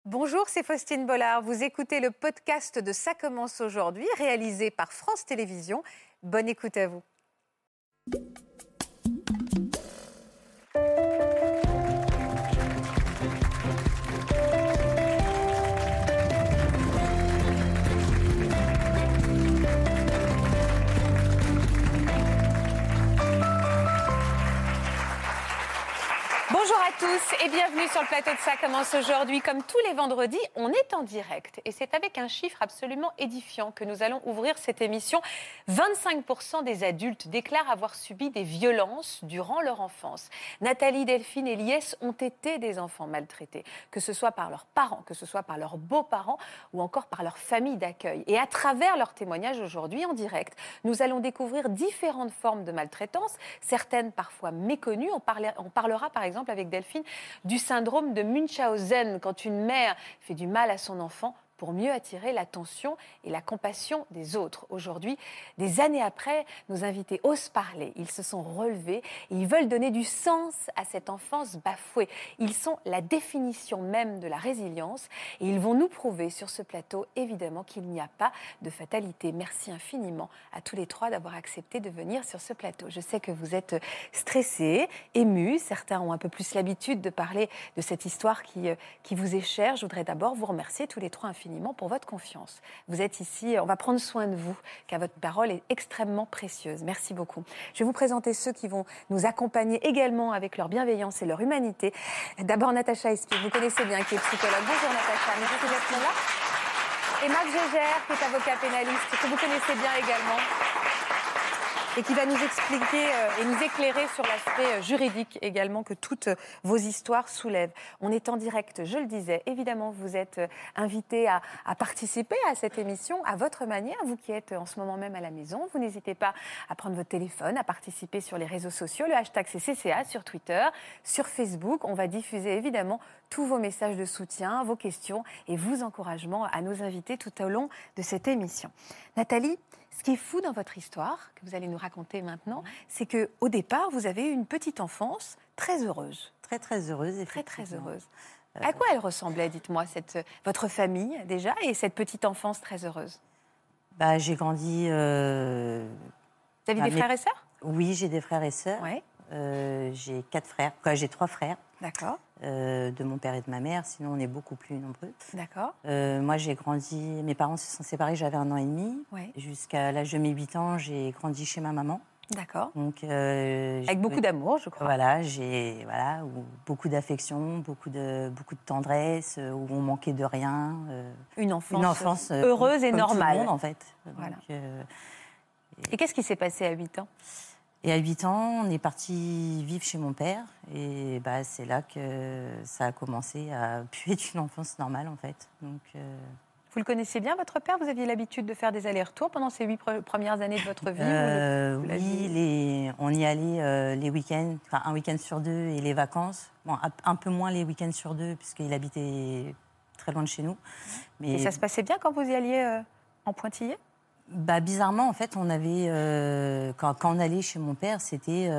Bonjour, c'est Faustine Bollard. Vous écoutez le podcast de Ça commence aujourd'hui, réalisé par France Télévisions. Bonne écoute à vous. Bonjour à tous et bienvenue sur le plateau de Ça commence aujourd'hui. Comme tous les vendredis, on est en direct et c'est avec un chiffre absolument édifiant que nous allons ouvrir cette émission. 25% des adultes déclarent avoir subi des violences durant leur enfance. Nathalie, Delphine et Liès ont été des enfants maltraités, que ce soit par leurs parents, que ce soit par leurs beaux-parents ou encore par leur famille d'accueil. Et à travers leurs témoignages aujourd'hui en direct, nous allons découvrir différentes formes de maltraitance, certaines parfois méconnues. On parlera par exemple avec Delphine du syndrome de Munchausen, quand une mère fait du mal à son enfant pour mieux attirer l'attention et la compassion des autres. Aujourd'hui, des années après, nos invités osent parler. Ils se sont relevés et ils veulent donner du sens à cette enfance bafouée. Ils sont la définition même de la résilience et ils vont nous prouver sur ce plateau, évidemment, qu'il n'y a pas de fatalité. Merci infiniment à tous les trois d'avoir accepté de venir sur ce plateau. Je sais que vous êtes stressés, émus. Certains ont un peu plus l'habitude de parler de cette histoire qui vous est chère. Je voudrais d'abord vous remercier tous les trois infiniment pour votre confiance. Vous êtes ici, on va prendre soin de vous, car votre parole est extrêmement précieuse. Merci beaucoup. Je vais vous présenter ceux qui vont nous accompagner également avec leur bienveillance et leur humanité. D'abord, Natacha Espy, vous connaissez bien, qui est psychologue. Bonjour Natacha, merci d'être là. Et Marc Gégère, qui est avocat pénaliste, que vous connaissez bien également, et qui va nous expliquer et nous éclairer sur l'aspect juridique également que toutes vos histoires soulèvent. On est en direct, je le disais. Évidemment, vous êtes invités à participer à cette émission à votre manière. Vous qui êtes en ce moment même à la maison, vous n'hésitez pas à prendre votre téléphone, à participer sur les réseaux sociaux. Le hashtag c'est CCA sur Twitter, sur Facebook. On va diffuser évidemment tous vos messages de soutien, vos questions et vos encouragements à nos invités tout au long de cette émission. Nathalie, ce qui est fou dans votre histoire, que vous allez nous raconter maintenant, c'est qu'au départ, vous avez eu une petite enfance très heureuse. Très, très heureuse. Très, très heureuse. À quoi elle ressemblait, dites-moi, votre famille déjà, et cette petite enfance très heureuse? J'ai grandi... Vous avez des frères et sœurs? Oui, j'ai des frères et sœurs. Ouais. J'ai 4 frères. J'ai 3 frères. D'accord. De mon père et de ma mère, sinon on est beaucoup plus nombreux. D'accord. Moi, j'ai grandi... Mes parents se sont séparés, j'avais 1 an et demi. Ouais. Jusqu'à l'âge de mes 8 ans, j'ai grandi chez ma maman. D'accord. Donc, avec beaucoup d'amour, je crois. Voilà, où beaucoup d'affection, beaucoup de tendresse, où on manquait de rien. Une enfance heureuse et comme normale. Tout le monde, en fait. Voilà. Donc, et qu'est-ce qui s'est passé à 8 ans? Et à 8 ans, on est parti vivre chez mon père. Et c'est là que ça a commencé à puer d'une enfance normale, en fait. Donc, Vous le connaissiez bien, votre père? Vous aviez l'habitude de faire des allers-retours pendant ces 8 premières années de votre vie? Oui, on y allait les week-ends, enfin un week-end sur 2 et les vacances. Bon, un peu moins les week-ends sur 2, puisqu'il habitait très loin de chez nous. Mais... Et ça se passait bien quand vous y alliez en pointillé? Bizarrement, en fait, on avait... quand on allait chez mon père, c'était...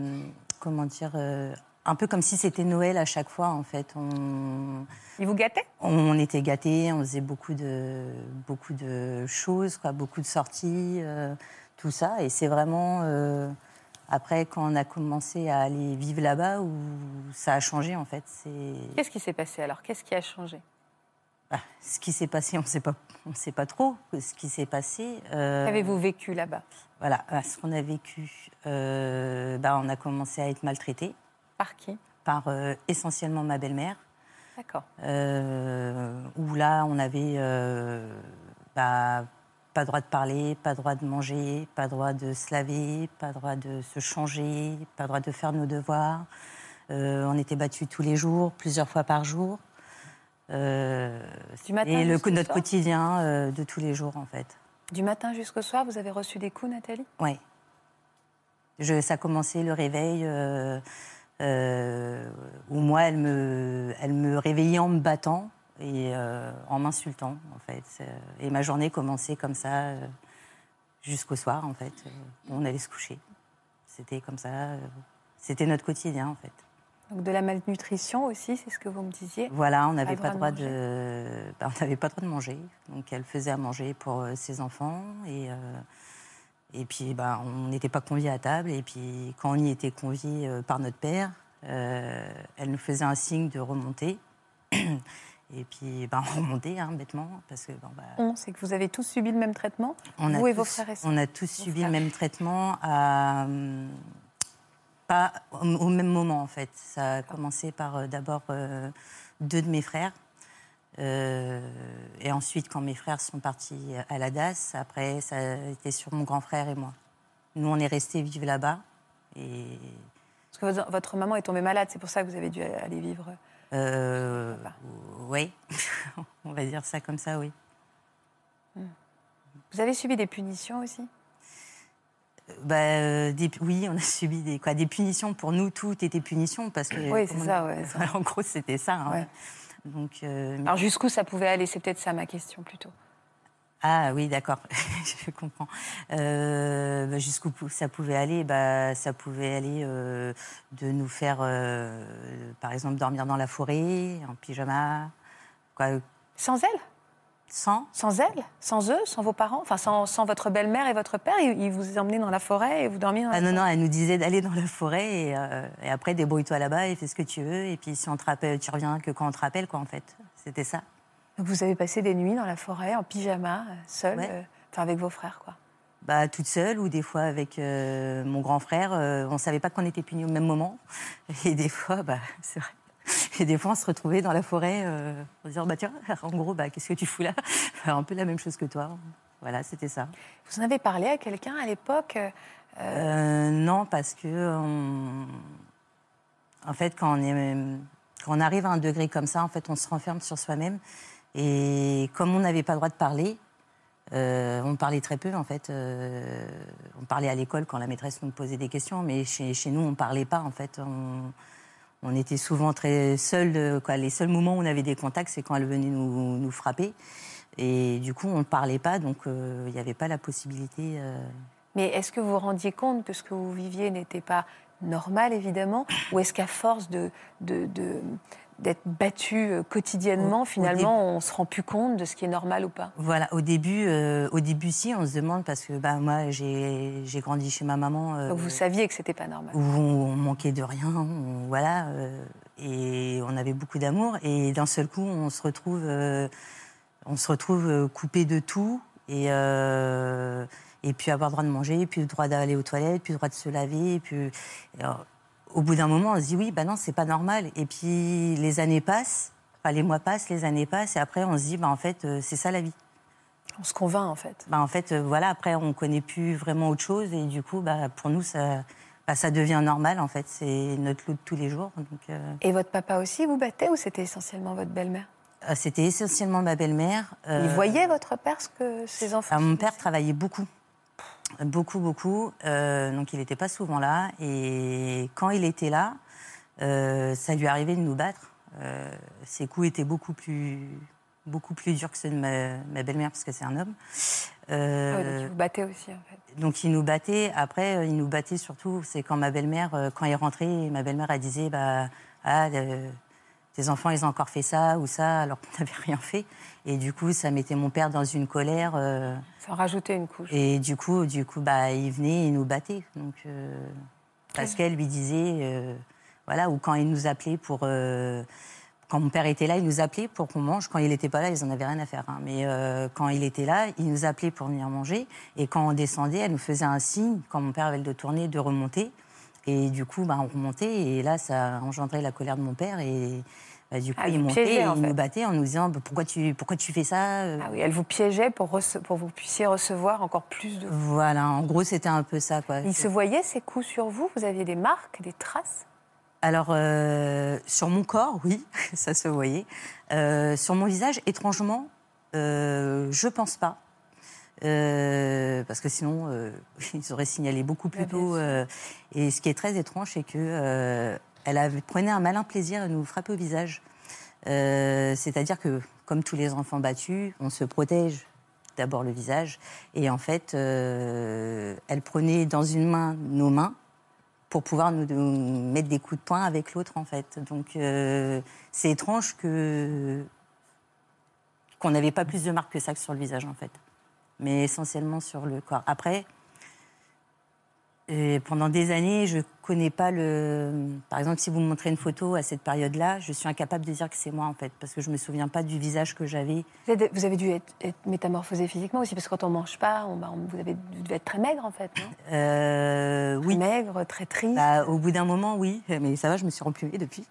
un peu comme si c'était Noël à chaque fois, en fait. Il vous gâtait? On était gâtés, on faisait beaucoup de choses, beaucoup de sorties, tout ça. Et c'est vraiment après, quand on a commencé à aller vivre là-bas, où ça a changé, en fait. Qu'est-ce qui s'est passé alors? Qu'est-ce qui a changé? Ce qui s'est passé, on ne sait pas trop ce qui s'est passé. Qu'avez-vous vécu là-bas? Voilà, ce qu'on a vécu, on a commencé à être maltraités. Par qui? Par essentiellement ma belle-mère. D'accord. Où là, on avait pas droit de parler, pas droit de manger, pas droit de se laver, pas droit de se changer, pas droit de faire nos devoirs. On était battus tous les jours, plusieurs fois par jour. Du matin et jusqu'au notre soir? Quotidien de tous les jours, en fait. Du matin jusqu'au soir, vous avez reçu des coups, Nathalie? Oui. Ça commençait le réveil, où moi, elle me réveillait en me battant et en m'insultant, en fait. Et ma journée commençait comme ça jusqu'au soir, en fait. On allait se coucher. C'était comme ça. C'était notre quotidien, en fait. Donc de la malnutrition aussi, c'est ce que vous me disiez. Voilà, on n'avait Pas pas le droit droit de on n'avait pas le droit de manger. Donc elle faisait à manger pour ses enfants et puis on n'était pas conviés à table. Et puis quand on y était conviés par notre père, elle nous faisait un signe de remonter. Et puis on remontait bêtement parce que c'est que vous avez tous subi le même traitement, vous et vos frères et sœurs. On a tous subi le même traitement pas au même moment, en fait. Ça a commencé par d'abord 2 de mes frères. Et ensuite, quand mes frères sont partis à la DAS, après, ça a été sur mon grand frère et moi. Nous, on est restés vivre là-bas. Parce que votre maman est tombée malade, c'est pour ça que vous avez dû aller vivre oui, on va dire ça comme ça, oui. Vous avez subi des punitions aussi ? Oui, on a subi des punitions. Pour nous, tout était punition. Parce que, oui, c'est ça, ouais. En gros, c'était ça. Ouais. Donc, alors, jusqu'où ça pouvait aller ? C'est peut-être ça ma question, plutôt. Ah oui, d'accord, je comprends. Jusqu'où ça pouvait aller ça pouvait aller de nous faire, par exemple, dormir dans la forêt, en pyjama. Sans elle ? Sans elle ? Sans eux ? Sans vos parents ? Enfin, sans votre belle-mère et votre père ? Ils vous emmenaient dans la forêt et vous dormiez dans la forêt ? Non, elle nous disait d'aller dans la forêt et après, débrouille-toi là-bas et fais ce que tu veux. Et puis, si on te rappelle, tu reviens que quand on te rappelle, quoi, en fait. C'était ça. Donc, vous avez passé des nuits dans la forêt, en pyjama, seule, avec vos frères, quoi. Toute seule ou des fois avec mon grand frère. On ne savait pas qu'on était punis au même moment. Et des fois, c'est vrai. Et des fois, on se retrouvait dans la forêt en disant tiens, en gros, qu'est-ce que tu fous là ? Un peu la même chose que toi. Voilà, c'était ça. Vous en avez parlé à quelqu'un à l'époque Non, parce que en fait, quand on arrive à un degré comme ça, en fait, on se renferme sur soi-même. Et comme on n'avait pas le droit de parler, on parlait très peu, en fait. On parlait à l'école quand la maîtresse nous posait des questions, mais chez nous, on ne parlait pas, en fait. On était souvent très seuls. Les seuls moments où on avait des contacts, c'est quand elle venait nous frapper. Et du coup, on ne parlait pas, donc il n'y avait pas la possibilité... Mais est-ce que vous vous rendiez compte que ce que vous viviez n'était pas normal, évidemment ? Ou est-ce qu'à force d'être battu quotidiennement, finalement, on ne se rend plus compte de ce qui est normal ou pas ? Voilà, au début, si, on se demande, parce que moi, j'ai grandi chez ma maman... Donc vous saviez que ce n'était pas normal ? Où on manquait de rien, et on avait beaucoup d'amour. Et d'un seul coup, on se retrouve coupé de tout, et puis avoir le droit de manger, puis le droit d'aller aux toilettes, puis le droit de se laver, et puis... Alors, au bout d'un moment, on se dit oui, non, c'est pas normal. Et puis les années passent, les mois passent, les années passent, et après on se dit, en fait, c'est ça la vie. On se convainc, en fait. En fait, après on connaît plus vraiment autre chose, et du coup, pour nous, ça devient normal, en fait. C'est notre lot de tous les jours. Donc, Et votre papa aussi vous battait, ou c'était essentiellement votre belle-mère ? C'était essentiellement ma belle-mère. Il voyait, votre père, ce que ses enfants... Mon père travaillait beaucoup. Beaucoup. Donc, il n'était pas souvent là. Et quand il était là, ça lui arrivait de nous battre. Ses coups étaient beaucoup plus durs que ceux de ma belle-mère, parce que c'est un homme. donc, il vous battait aussi, en fait. Donc, il nous battait. Après, il nous battait surtout, c'est quand ma belle-mère, quand il rentrait, ma belle-mère, elle disait tes enfants, ils ont encore fait ça ou ça, alors qu'on n'avait rien fait. Et du coup, ça mettait mon père dans une colère. Ça en rajoutait une couche. Et du coup, il venait et nous battait. Donc, parce qu'elle lui disait, ou quand il nous appelait pour... quand mon père était là, il nous appelait pour qu'on mange. Quand il n'était pas là, ils n'en avaient rien à faire. Mais quand il était là, il nous appelait pour venir manger. Et quand on descendait, elle nous faisait un signe, quand mon père avait le dos tourné, de remonter. Et du coup, on remontait. Et là, ça engendrait la colère de mon père. Et du coup, il montait et il nous battait en nous disant pourquoi tu fais ça Ah oui, elle vous piégeait pour que vous puissiez recevoir encore plus de... Voilà, en gros, c'était un peu ça, quoi. Il se voyait ces coups sur vous ? Vous aviez des marques, des traces ? Alors, sur mon corps, oui, ça se voyait. Sur mon visage, étrangement, je pense pas. Parce que sinon, ils auraient signalé beaucoup plus tôt. Et ce qui est très étrange, c'est que elle prenait un malin plaisir à nous frapper au visage. C'est-à-dire que, comme tous les enfants battus, on se protège d'abord le visage. Et en fait, elle prenait dans une main nos mains pour pouvoir nous mettre des coups de poing avec l'autre, en fait. Donc, c'est étrange qu'on n'avait pas plus de marques que ça sur le visage, en fait. Mais essentiellement sur le corps. Après, pendant des années, je connais pas Par exemple, si vous me montrez une photo à cette période-là, je suis incapable de dire que c'est moi, en fait, parce que je me souviens pas du visage que j'avais. Vous avez dû être métamorphosé physiquement aussi, parce que quand on mange pas, vous devez être très maigre, en fait, non? Oui. Très maigre, très triste. Au bout d'un moment, oui. Mais ça va, je me suis remplumée depuis.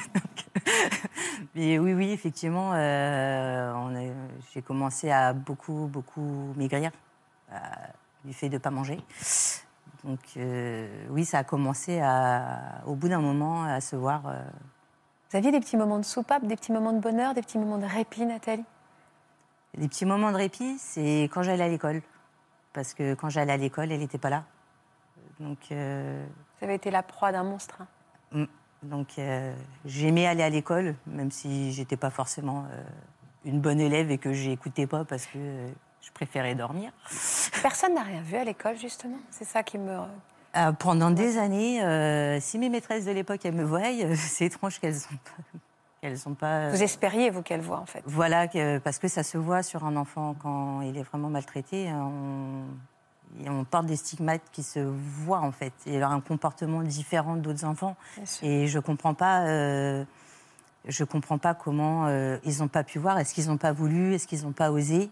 Mais oui, effectivement, j'ai commencé à beaucoup maigrir du fait de ne pas manger. Donc oui, ça a commencé au bout d'un moment à se voir. Vous aviez des petits moments de soupape, des petits moments de bonheur, des petits moments de répit, Nathalie? Les petits moments de répit, c'est quand j'allais à l'école. Parce que quand j'allais à l'école, elle n'était pas là. Donc, Vous avez été la proie d'un monstre. Hein. Donc j'aimais aller à l'école, même si j'étais pas forcément une bonne élève et que j'écoutais pas parce que je préférais dormir. Personne n'a rien vu à l'école, justement. C'est ça qui me... Pendant des années, si mes maîtresses de l'époque elles me voient, c'est étrange qu'elles ont pas. Vous espériez, vous, qu'elles voient, en fait. Voilà, parce que ça se voit sur un enfant quand il est vraiment maltraité. On porte des stigmates qui se voient, en fait. Il a un comportement différent d'autres enfants. Et je comprends pas comment ils n'ont pas pu voir. Est-ce qu'ils n'ont pas voulu? Est-ce qu'ils n'ont pas osé?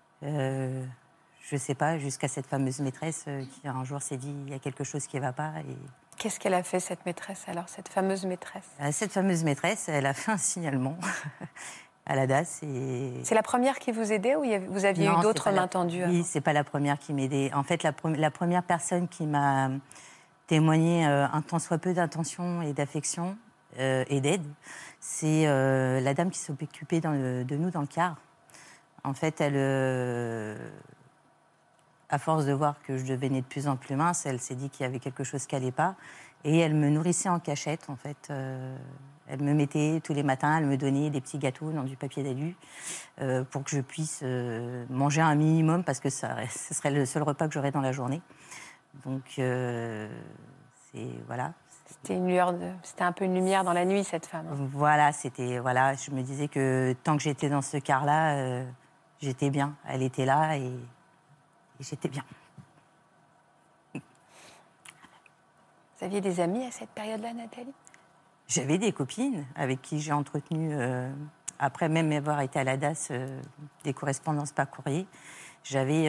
Je sais pas, jusqu'à cette fameuse maîtresse qui, un jour, s'est dit il y a quelque chose qui ne va pas. Et... Qu'est-ce qu'elle a fait, cette maîtresse, alors, cette fameuse maîtresse? Cette fameuse maîtresse, elle a fait un signalement à la DAS. C'est la première qui vous aidait ou vous aviez eu d'autres mains tendues? Oui, c'est pas la première qui m'aidait. En fait, la première personne qui m'a témoigné un tant soit peu d'intention et d'affection et d'aide, c'est la dame qui s'occupait de nous dans le car. En fait, à force de voir que je devenais de plus en plus mince, elle s'est dit qu'il y avait quelque chose qui n'allait pas. Et elle me nourrissait en cachette, en fait. Elle me mettait tous les matins, elle me donnait des petits gâteaux dans du papier d'alu pour que je puisse manger un minimum, parce que ce serait le seul repas que j'aurais dans la journée. Donc, voilà. C'était un peu une lumière dans la nuit, cette femme. Hein. Voilà, je me disais que tant que j'étais dans ce quart-là, j'étais bien. Elle était là et j'étais bien. Vous aviez des amis à cette période-là, Nathalie? J'avais des copines avec qui j'ai entretenu, après même avoir été à la DAS, des correspondances par courrier. J'avais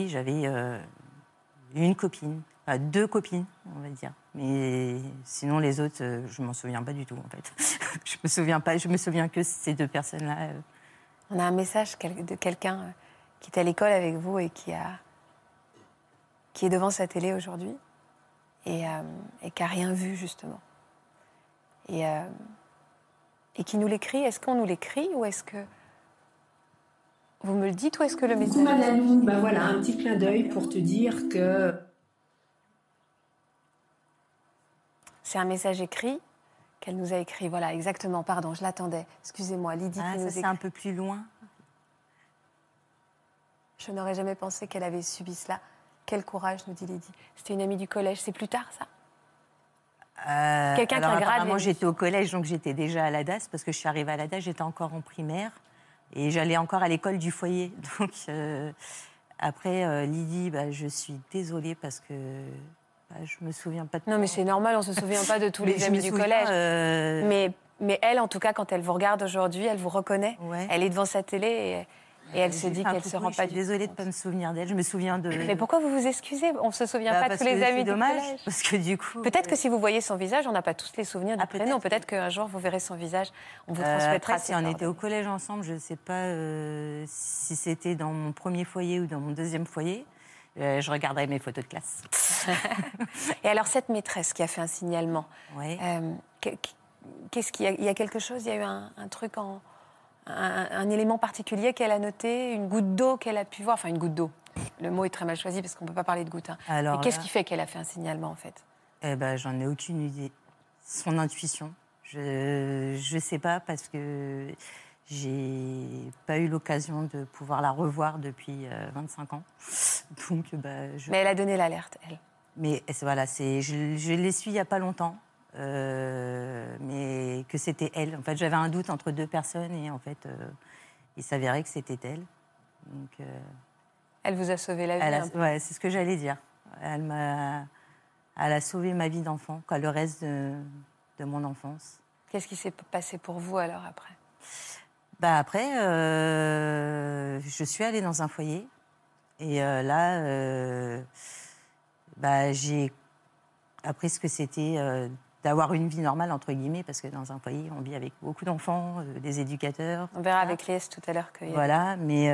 une copine, enfin, 2 copines, on va dire. Mais sinon, les autres, je ne m'en souviens pas du tout, en fait. Je me souviens que ces 2 personnes-là. On a un message de quelqu'un qui est à l'école avec vous et qui est devant sa télé aujourd'hui et qui n'a rien vu, justement. Et qui nous l'écrit. Est-ce qu'on nous l'écrit ou est-ce que vous me le dites ou est-ce que le message... Coucou Madalou, ben voilà, un petit clin d'œil pour te dire que... C'est un message écrit qu'elle nous a écrit. Voilà, exactement, pardon, je l'attendais. Excusez-moi, Lydie qui nous écrit. C'est un peu plus loin. Je n'aurais jamais pensé qu'elle avait subi cela. Quel courage, nous dit Lydie. C'était une amie du collège. C'est plus tard, ça? Quelqu'un qui a grade. Moi, j'étais au collège, donc j'étais déjà à la DAS, parce que je suis arrivée à la DAS, j'étais encore en primaire, et j'allais encore à l'école du foyer. Donc, après, Lydie, je suis désolée, parce que je me souviens pas de... Non, mais c'est normal, on se souvient pas de tous les amis du collège. Mais elle, en tout cas, quand elle vous regarde aujourd'hui, elle vous reconnaît. Ouais. Elle est devant sa télé et elle se dit qu'elle ne se rend pas du tout. Je suis désolée de ne pas me souvenir d'elle. Je me souviens de... Mais pourquoi vous vous excusez? On ne se souvient pas de tous les amis du collège. Parce que du coup... Peut-être que si vous voyez son visage, on n'a pas tous les souvenirs du prénom. Peut-être qu'un jour, vous verrez son visage. On vous transmettra. Si on était au collège ensemble, je ne sais pas si c'était dans mon premier foyer ou dans mon deuxième foyer. Je regarderai mes photos de classe. Et alors, cette maîtresse qui a fait un signalement, ouais. Qu'est-ce qu'il y a? Il y a quelque chose? Il y a eu un truc un élément particulier qu'elle a noté, une goutte d'eau qu'elle a pu voir, enfin une goutte d'eau. Le mot est très mal choisi parce qu'on ne peut pas parler de goutte. Hein. Alors, qu'est-ce qui fait qu'elle a fait un signalement en fait? J'en ai aucune idée. Son intuition. Je ne sais pas parce que j'ai pas eu l'occasion de pouvoir la revoir depuis 25 ans. Donc, Mais elle a donné l'alerte, elle. Mais voilà, je l'ai su il n'y a pas longtemps, mais que c'était elle. En fait, j'avais un doute entre deux personnes et en fait, il s'avérait que c'était elle. Donc, elle vous a sauvé la vie. Ouais, c'est ce que j'allais dire. Elle a sauvé ma vie d'enfant, le reste de mon enfance. Qu'est-ce qui s'est passé pour vous alors après ? Après, je suis allée dans un foyer et là, j'ai appris ce que c'était d'avoir une vie normale, entre guillemets, parce que dans un foyer, on vit avec beaucoup d'enfants, des éducateurs. On verra avec Lies tout à l'heure qu'il y a... Voilà, mais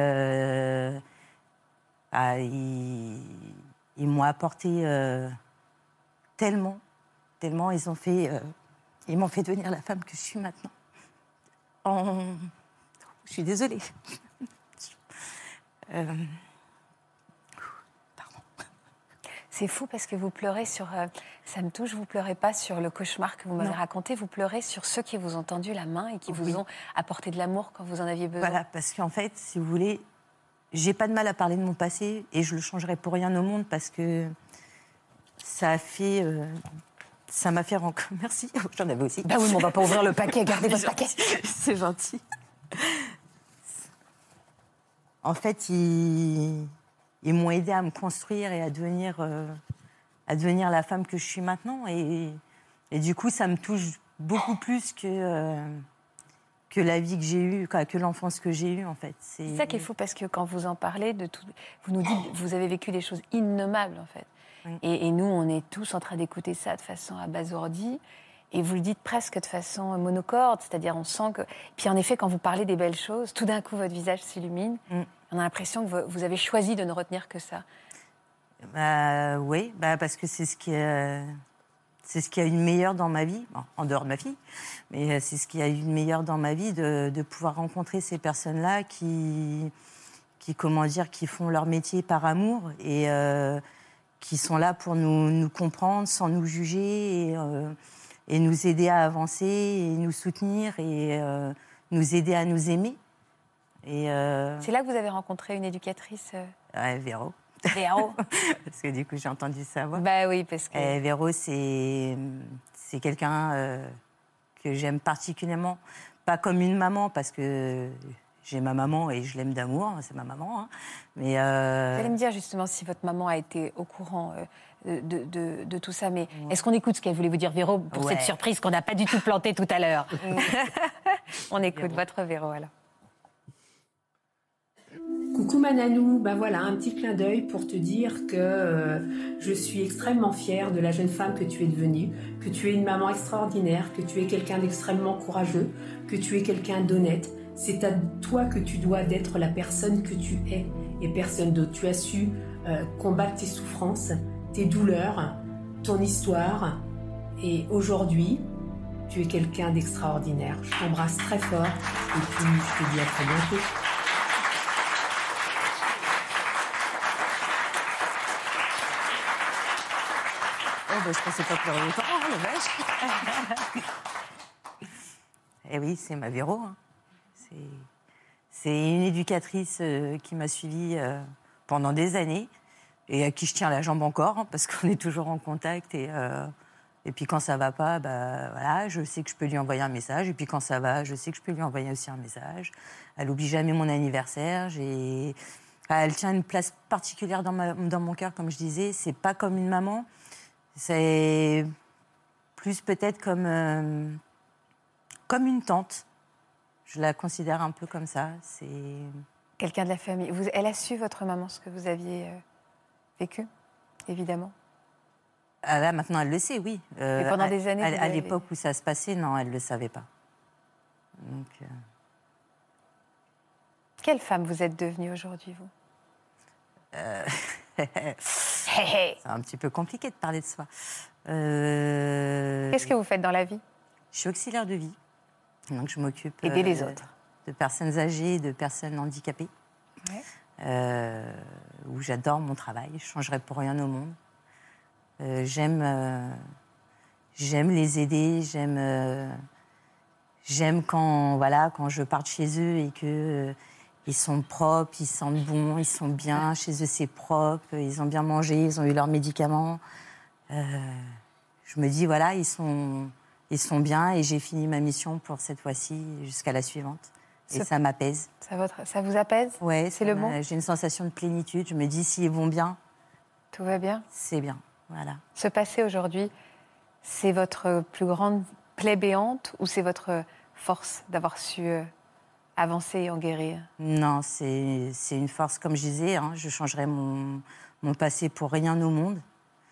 ils m'ont apporté tellement, ils m'ont fait devenir la femme que je suis maintenant. Je suis désolée. C'est fou parce que vous pleurez sur... ça me touche, vous pleurez pas sur le cauchemar que vous m'avez raconté, vous pleurez sur ceux qui vous ont tendu la main et qui vous ont apporté de l'amour quand vous en aviez besoin. Voilà, parce qu'en fait, si vous voulez, j'ai pas de mal à parler de mon passé et je le changerai pour rien au monde parce que ça m'a fait encore... Merci, j'en avais aussi. Bah oui, mais on va pas ouvrir le paquet, gardez votre paquet. C'est gentil. En fait, ils m'ont aidé à me construire et à devenir la femme que je suis maintenant. Et du coup, ça me touche beaucoup plus que la vie que j'ai eue, que l'enfance que j'ai eue, en fait. C'est ça qui est fou, parce que quand vous en parlez, vous nous dites vous avez vécu des choses innommables, en fait. Oui. Et nous, on est tous en train d'écouter ça de façon abasourdie. Et vous le dites presque de façon monocorde, c'est-à-dire on sent que... Puis en effet, quand vous parlez des belles choses, tout d'un coup, votre visage s'illumine. On a l'impression que vous avez choisi de ne retenir que ça. Oui, parce que c'est ce qui a eu de meilleur dans ma vie, en dehors de ma fille, mais c'est ce qui a eu de meilleur dans ma vie, de pouvoir rencontrer ces personnes-là qui font leur métier par amour et qui sont là pour nous comprendre sans nous juger et nous aider à avancer et nous soutenir et nous aider à nous aimer. C'est là que vous avez rencontré une éducatrice Véro. Véro. Parce que du coup, j'ai entendu sa voix. Bah oui, parce que... Véro, c'est quelqu'un que j'aime particulièrement. Pas comme une maman, parce que j'ai ma maman et je l'aime d'amour, c'est ma maman. Hein. Mais Vous allez me dire justement si votre maman a été au courant de tout ça, mais est-ce qu'on écoute ce qu'elle voulait vous dire, Véro, pour cette surprise qu'on n'a pas du tout plantée tout à l'heure? On écoute votre Véro, alors. Coucou Mananou, voilà un petit clin d'œil pour te dire que je suis extrêmement fière de la jeune femme que tu es devenue, que tu es une maman extraordinaire, que tu es quelqu'un d'extrêmement courageux, que tu es quelqu'un d'honnête. C'est à toi que tu dois d'être la personne que tu es et personne d'autre. Tu as su combattre tes souffrances, tes douleurs, ton histoire et aujourd'hui, tu es quelqu'un d'extraordinaire. Je t'embrasse très fort et puis je te dis à très bientôt. Je pensais pas pleurer autant, la vache. Eh oui, c'est ma Véro. Hein. C'est une éducatrice qui m'a suivie pendant des années et à qui je tiens la jambe encore, hein, parce qu'on est toujours en contact. Et puis quand ça va pas, voilà, je sais que je peux lui envoyer un message. Et puis quand ça va, je sais que je peux lui envoyer aussi un message. Elle n'oublie jamais mon anniversaire. Elle tient une place particulière dans mon cœur, comme je disais. C'est pas comme une maman. C'est plus peut-être comme une tante. Je la considère un peu comme ça. C'est quelqu'un de la famille. Elle a su, votre maman, ce que vous aviez vécu, évidemment. Ah là, maintenant, elle le sait, oui. Mais pendant des années... À l'époque où ça se passait, non, elle ne le savait pas. Donc, Quelle femme vous êtes devenue aujourd'hui, vous? C'est un petit peu compliqué de parler de soi. Qu'est-ce que vous faites dans la vie? Je suis auxiliaire de vie. Donc je m'occupe aider les autres. De personnes âgées, de personnes handicapées. Ouais. Où j'adore mon travail. Je ne changerai pour rien au monde. J'aime les aider. J'aime quand je pars de chez eux et que... ils sont propres, ils sentent bon, ils sont bien. Chez eux, c'est propre. Ils ont bien mangé, ils ont eu leurs médicaments. je me dis, voilà, ils sont bien et j'ai fini ma mission pour cette fois-ci jusqu'à la suivante. Et ça m'apaise. Ça vous apaise? Oui, c'est le mot. J'ai une sensation de plénitude. Je me dis, s'ils vont bien, tout va bien. C'est bien, voilà. Ce passé aujourd'hui, c'est votre plus grande plaie béante ou c'est votre force d'avoir su avancer et en guérir? Non, c'est une force, comme je disais. Hein, je changerais mon passé pour rien au monde.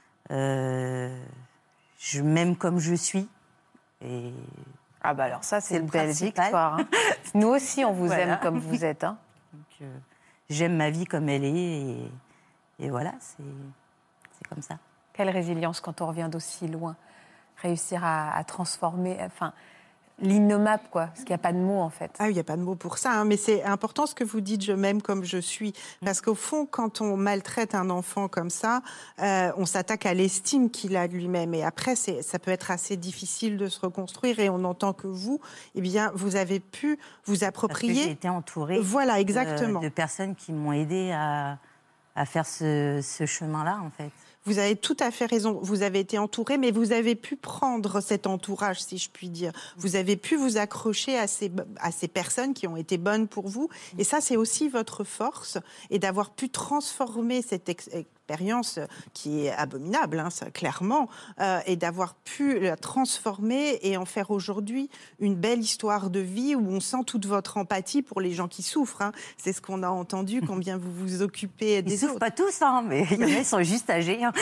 Je m'aime comme je suis. Et ah bah alors ça, c'est une belle victoire. Hein. Nous aussi, on vous aime comme vous êtes. Hein. Donc, j'aime ma vie comme elle est. Et voilà, c'est comme ça. Quelle résilience quand on revient d'aussi loin. Réussir à transformer... Enfin, l'innommable, quoi, parce qu'il n'y a pas de mots, en fait. Ah oui, il n'y a pas de mots pour ça, hein, mais c'est important ce que vous dites, je m'aime comme je suis. Parce qu'au fond, quand on maltraite un enfant comme ça, on s'attaque à l'estime qu'il a de lui-même. Et après, ça peut être assez difficile de se reconstruire. Et on entend que vous, eh bien, vous avez pu vous approprier... Parce que j'ai été entourée voilà, exactement. De personnes qui m'ont aidée à faire ce chemin-là, en fait. Vous avez tout à fait raison. Vous avez été entouré, mais vous avez pu prendre cet entourage, si je puis dire. Vous avez pu vous accrocher à ces personnes qui ont été bonnes pour vous. Et ça, c'est aussi votre force. Et d'avoir pu transformer cette expérience qui est abominable, hein, ça, clairement, et d'avoir pu la transformer et en faire aujourd'hui une belle histoire de vie où on sent toute votre empathie pour les gens qui souffrent. Hein. C'est ce qu'on a entendu, combien vous vous occupez des autres. Ils souffrent pas tous, hein, mais il y en a qui sont juste âgés. Hein.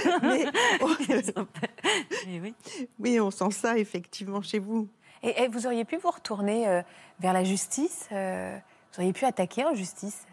Oui, on sent ça effectivement chez vous. Et vous auriez pu vous retourner vers la justice vous auriez pu attaquer en justice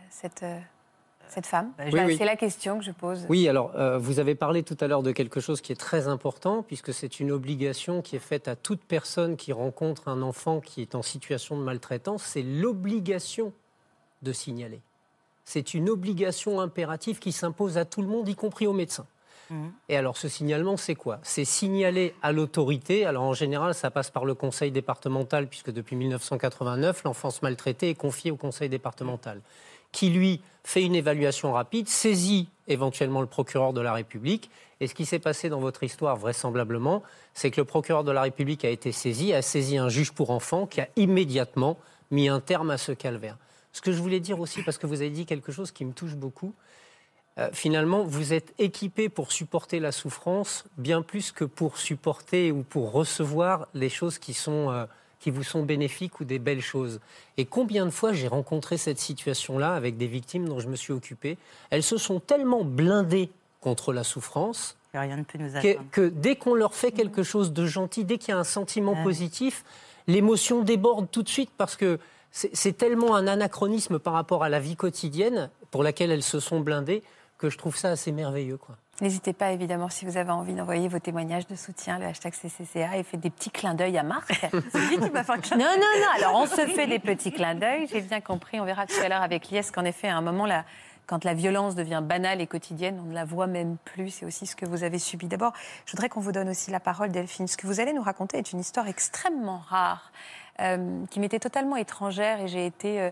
cette femme? Oui. C'est la question que je pose. Oui, alors vous avez parlé tout à l'heure de quelque chose qui est très important, puisque c'est une obligation qui est faite à toute personne qui rencontre un enfant qui est en situation de maltraitance, c'est l'obligation de signaler. C'est une obligation impérative qui s'impose à tout le monde, y compris aux médecins. Et alors, ce signalement, c'est quoi? C'est signaler à l'autorité. Alors, en général, ça passe par le conseil départemental, puisque depuis 1989, l'enfance maltraitée est confiée au conseil départemental, qui, lui, fait une évaluation rapide, saisit éventuellement le procureur de la République. Et ce qui s'est passé dans votre histoire, vraisemblablement, c'est que le procureur de la République a saisi un juge pour enfants qui a immédiatement mis un terme à ce calvaire. Ce que je voulais dire aussi, parce que vous avez dit quelque chose qui me touche beaucoup, finalement, vous êtes équipé pour supporter la souffrance bien plus que pour supporter ou pour recevoir les choses qui vous sont bénéfiques ou des belles choses. Et combien de fois j'ai rencontré cette situation-là avec des victimes dont je me suis occupé. Elles se sont tellement blindées contre la souffrance rien ne peut nous atteindre. Que dès qu'on leur fait quelque chose de gentil, dès qu'il y a un sentiment positif, l'émotion déborde tout de suite parce que c'est tellement un anachronisme par rapport à la vie quotidienne pour laquelle elles se sont blindées que je trouve ça assez merveilleux, quoi. N'hésitez pas, évidemment, si vous avez envie d'envoyer vos témoignages de soutien, le hashtag CCCA, et faites des petits clins d'œil à Marc. C'est lui qui m'a fait un clin d'œil. Non, alors on se fait des petits clins d'œil, j'ai bien compris, on verra tout à l'heure avec Lies qu'en effet, à un moment, quand la violence devient banale et quotidienne, on ne la voit même plus, c'est aussi ce que vous avez subi. D'abord, je voudrais qu'on vous donne aussi la parole, Delphine. Ce que vous allez nous raconter est une histoire extrêmement rare, qui m'était totalement étrangère et j'ai été...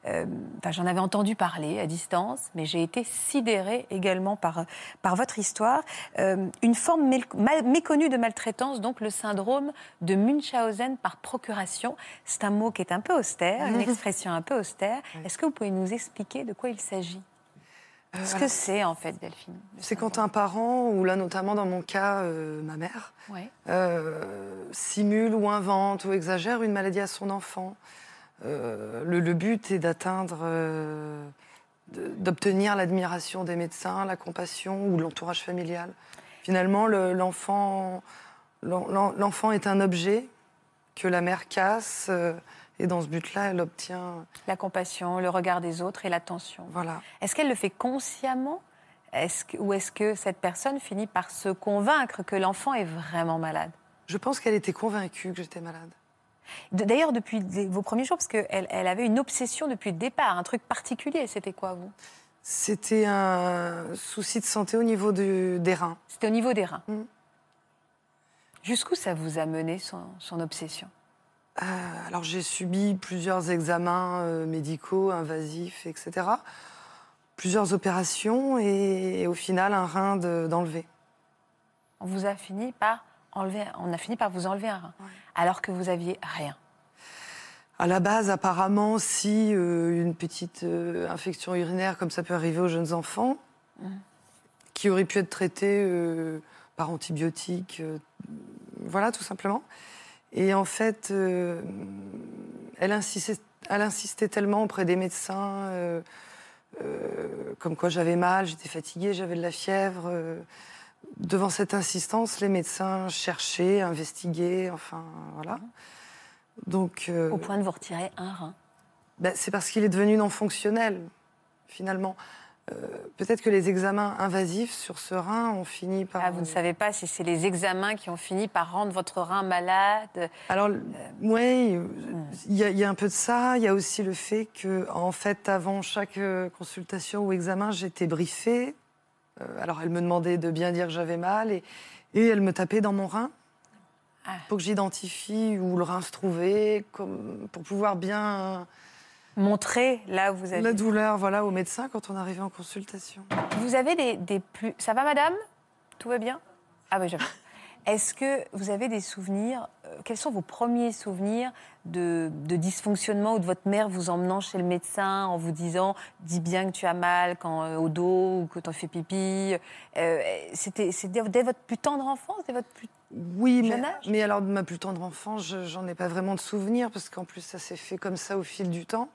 j'en avais entendu parler à distance, mais j'ai été sidérée également par votre histoire. Une forme méconnue de maltraitance, donc le syndrome de Munchausen par procuration. C'est un mot qui est un peu austère, une expression un peu austère. Est-ce que vous pouvez nous expliquer de quoi il s'agit ? Ce que c'est en fait, Delphine. C'est quand un parent, ou là notamment dans mon cas, ma mère, simule ou invente ou exagère une maladie à son enfant. Le but est d'obtenir l'admiration des médecins, la compassion ou l'entourage familial. Finalement, l'enfant est un objet que la mère casse. Et dans ce but-là, elle obtient... La compassion, le regard des autres et l'attention. Voilà. Est-ce qu'elle le fait consciemment ou est-ce que cette personne finit par se convaincre que l'enfant est vraiment malade ? Je pense qu'elle était convaincue que j'étais malade. D'ailleurs, depuis vos premiers jours, parce qu'elle avait une obsession depuis le départ, un truc particulier. C'était quoi, vous ? C'était un souci de santé au niveau des reins. C'était au niveau des reins. Jusqu'où ça vous a mené, son obsession ? Alors j'ai subi plusieurs examens médicaux, invasifs, etc. Plusieurs opérations et au final un rein d'enlever. on a fini par vous enlever un rein, alors que vous aviez rien. À la base, apparemment, si une petite infection urinaire, comme ça peut arriver aux jeunes enfants, qui aurait pu être traitée par antibiotiques, voilà, tout simplement. Et en fait, elle insistait tellement auprès des médecins, comme quoi j'avais mal, j'étais fatiguée, j'avais de la fièvre. Devant cette insistance, les médecins cherchaient, investiguaient, enfin, voilà. Donc, au point de vous retirer un rein. C'est parce qu'il est devenu non fonctionnel, finalement. Peut-être que les examens invasifs sur ce rein ont fini par... Vous ne savez pas si c'est les examens qui ont fini par rendre votre rein malade. Alors, oui, il y a un peu de ça. Il y a aussi le fait que, en fait, avant chaque consultation ou examen, j'étais briefée. Alors, elle me demandait de bien dire que j'avais mal et elle me tapait dans mon rein. Pour que j'identifie où le rein se trouvait, pour pouvoir bien... montrer là où vous avez... La douleur, voilà, au médecin quand on arrivait en consultation. Vous avez des plus... Ça va, madame? Tout va bien? Ah oui, j'avoue. Est-ce que vous avez des souvenirs, quels sont vos premiers souvenirs de dysfonctionnement ou de votre mère vous emmenant chez le médecin en vous disant « dis bien que tu as mal au dos ou que tu en fais pipi ». C'était dès votre plus tendre enfance, dès votre plus jeune âge? Mais alors de ma plus tendre enfance, j'en ai pas vraiment de souvenirs parce qu'en plus ça s'est fait comme ça au fil du temps.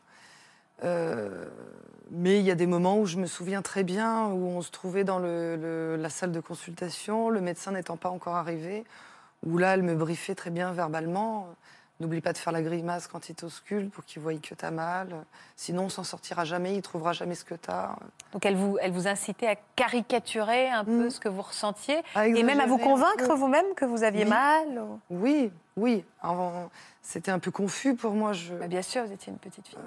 Mais il y a des moments où je me souviens très bien, où on se trouvait dans la salle de consultation, le médecin n'étant pas encore arrivé, où là, elle me briefait très bien verbalement. N'oublie pas de faire la grimace quand il t'ausculte pour qu'il voie que t'as mal. Sinon, on s'en sortira jamais, il trouvera jamais ce que t'as. Donc elle vous incitait à caricaturer un peu ce que vous ressentiez et même à vous exagérer convaincre vous-même que vous aviez mal Oui. C'était un peu confus pour moi. Bien sûr, vous étiez une petite fille.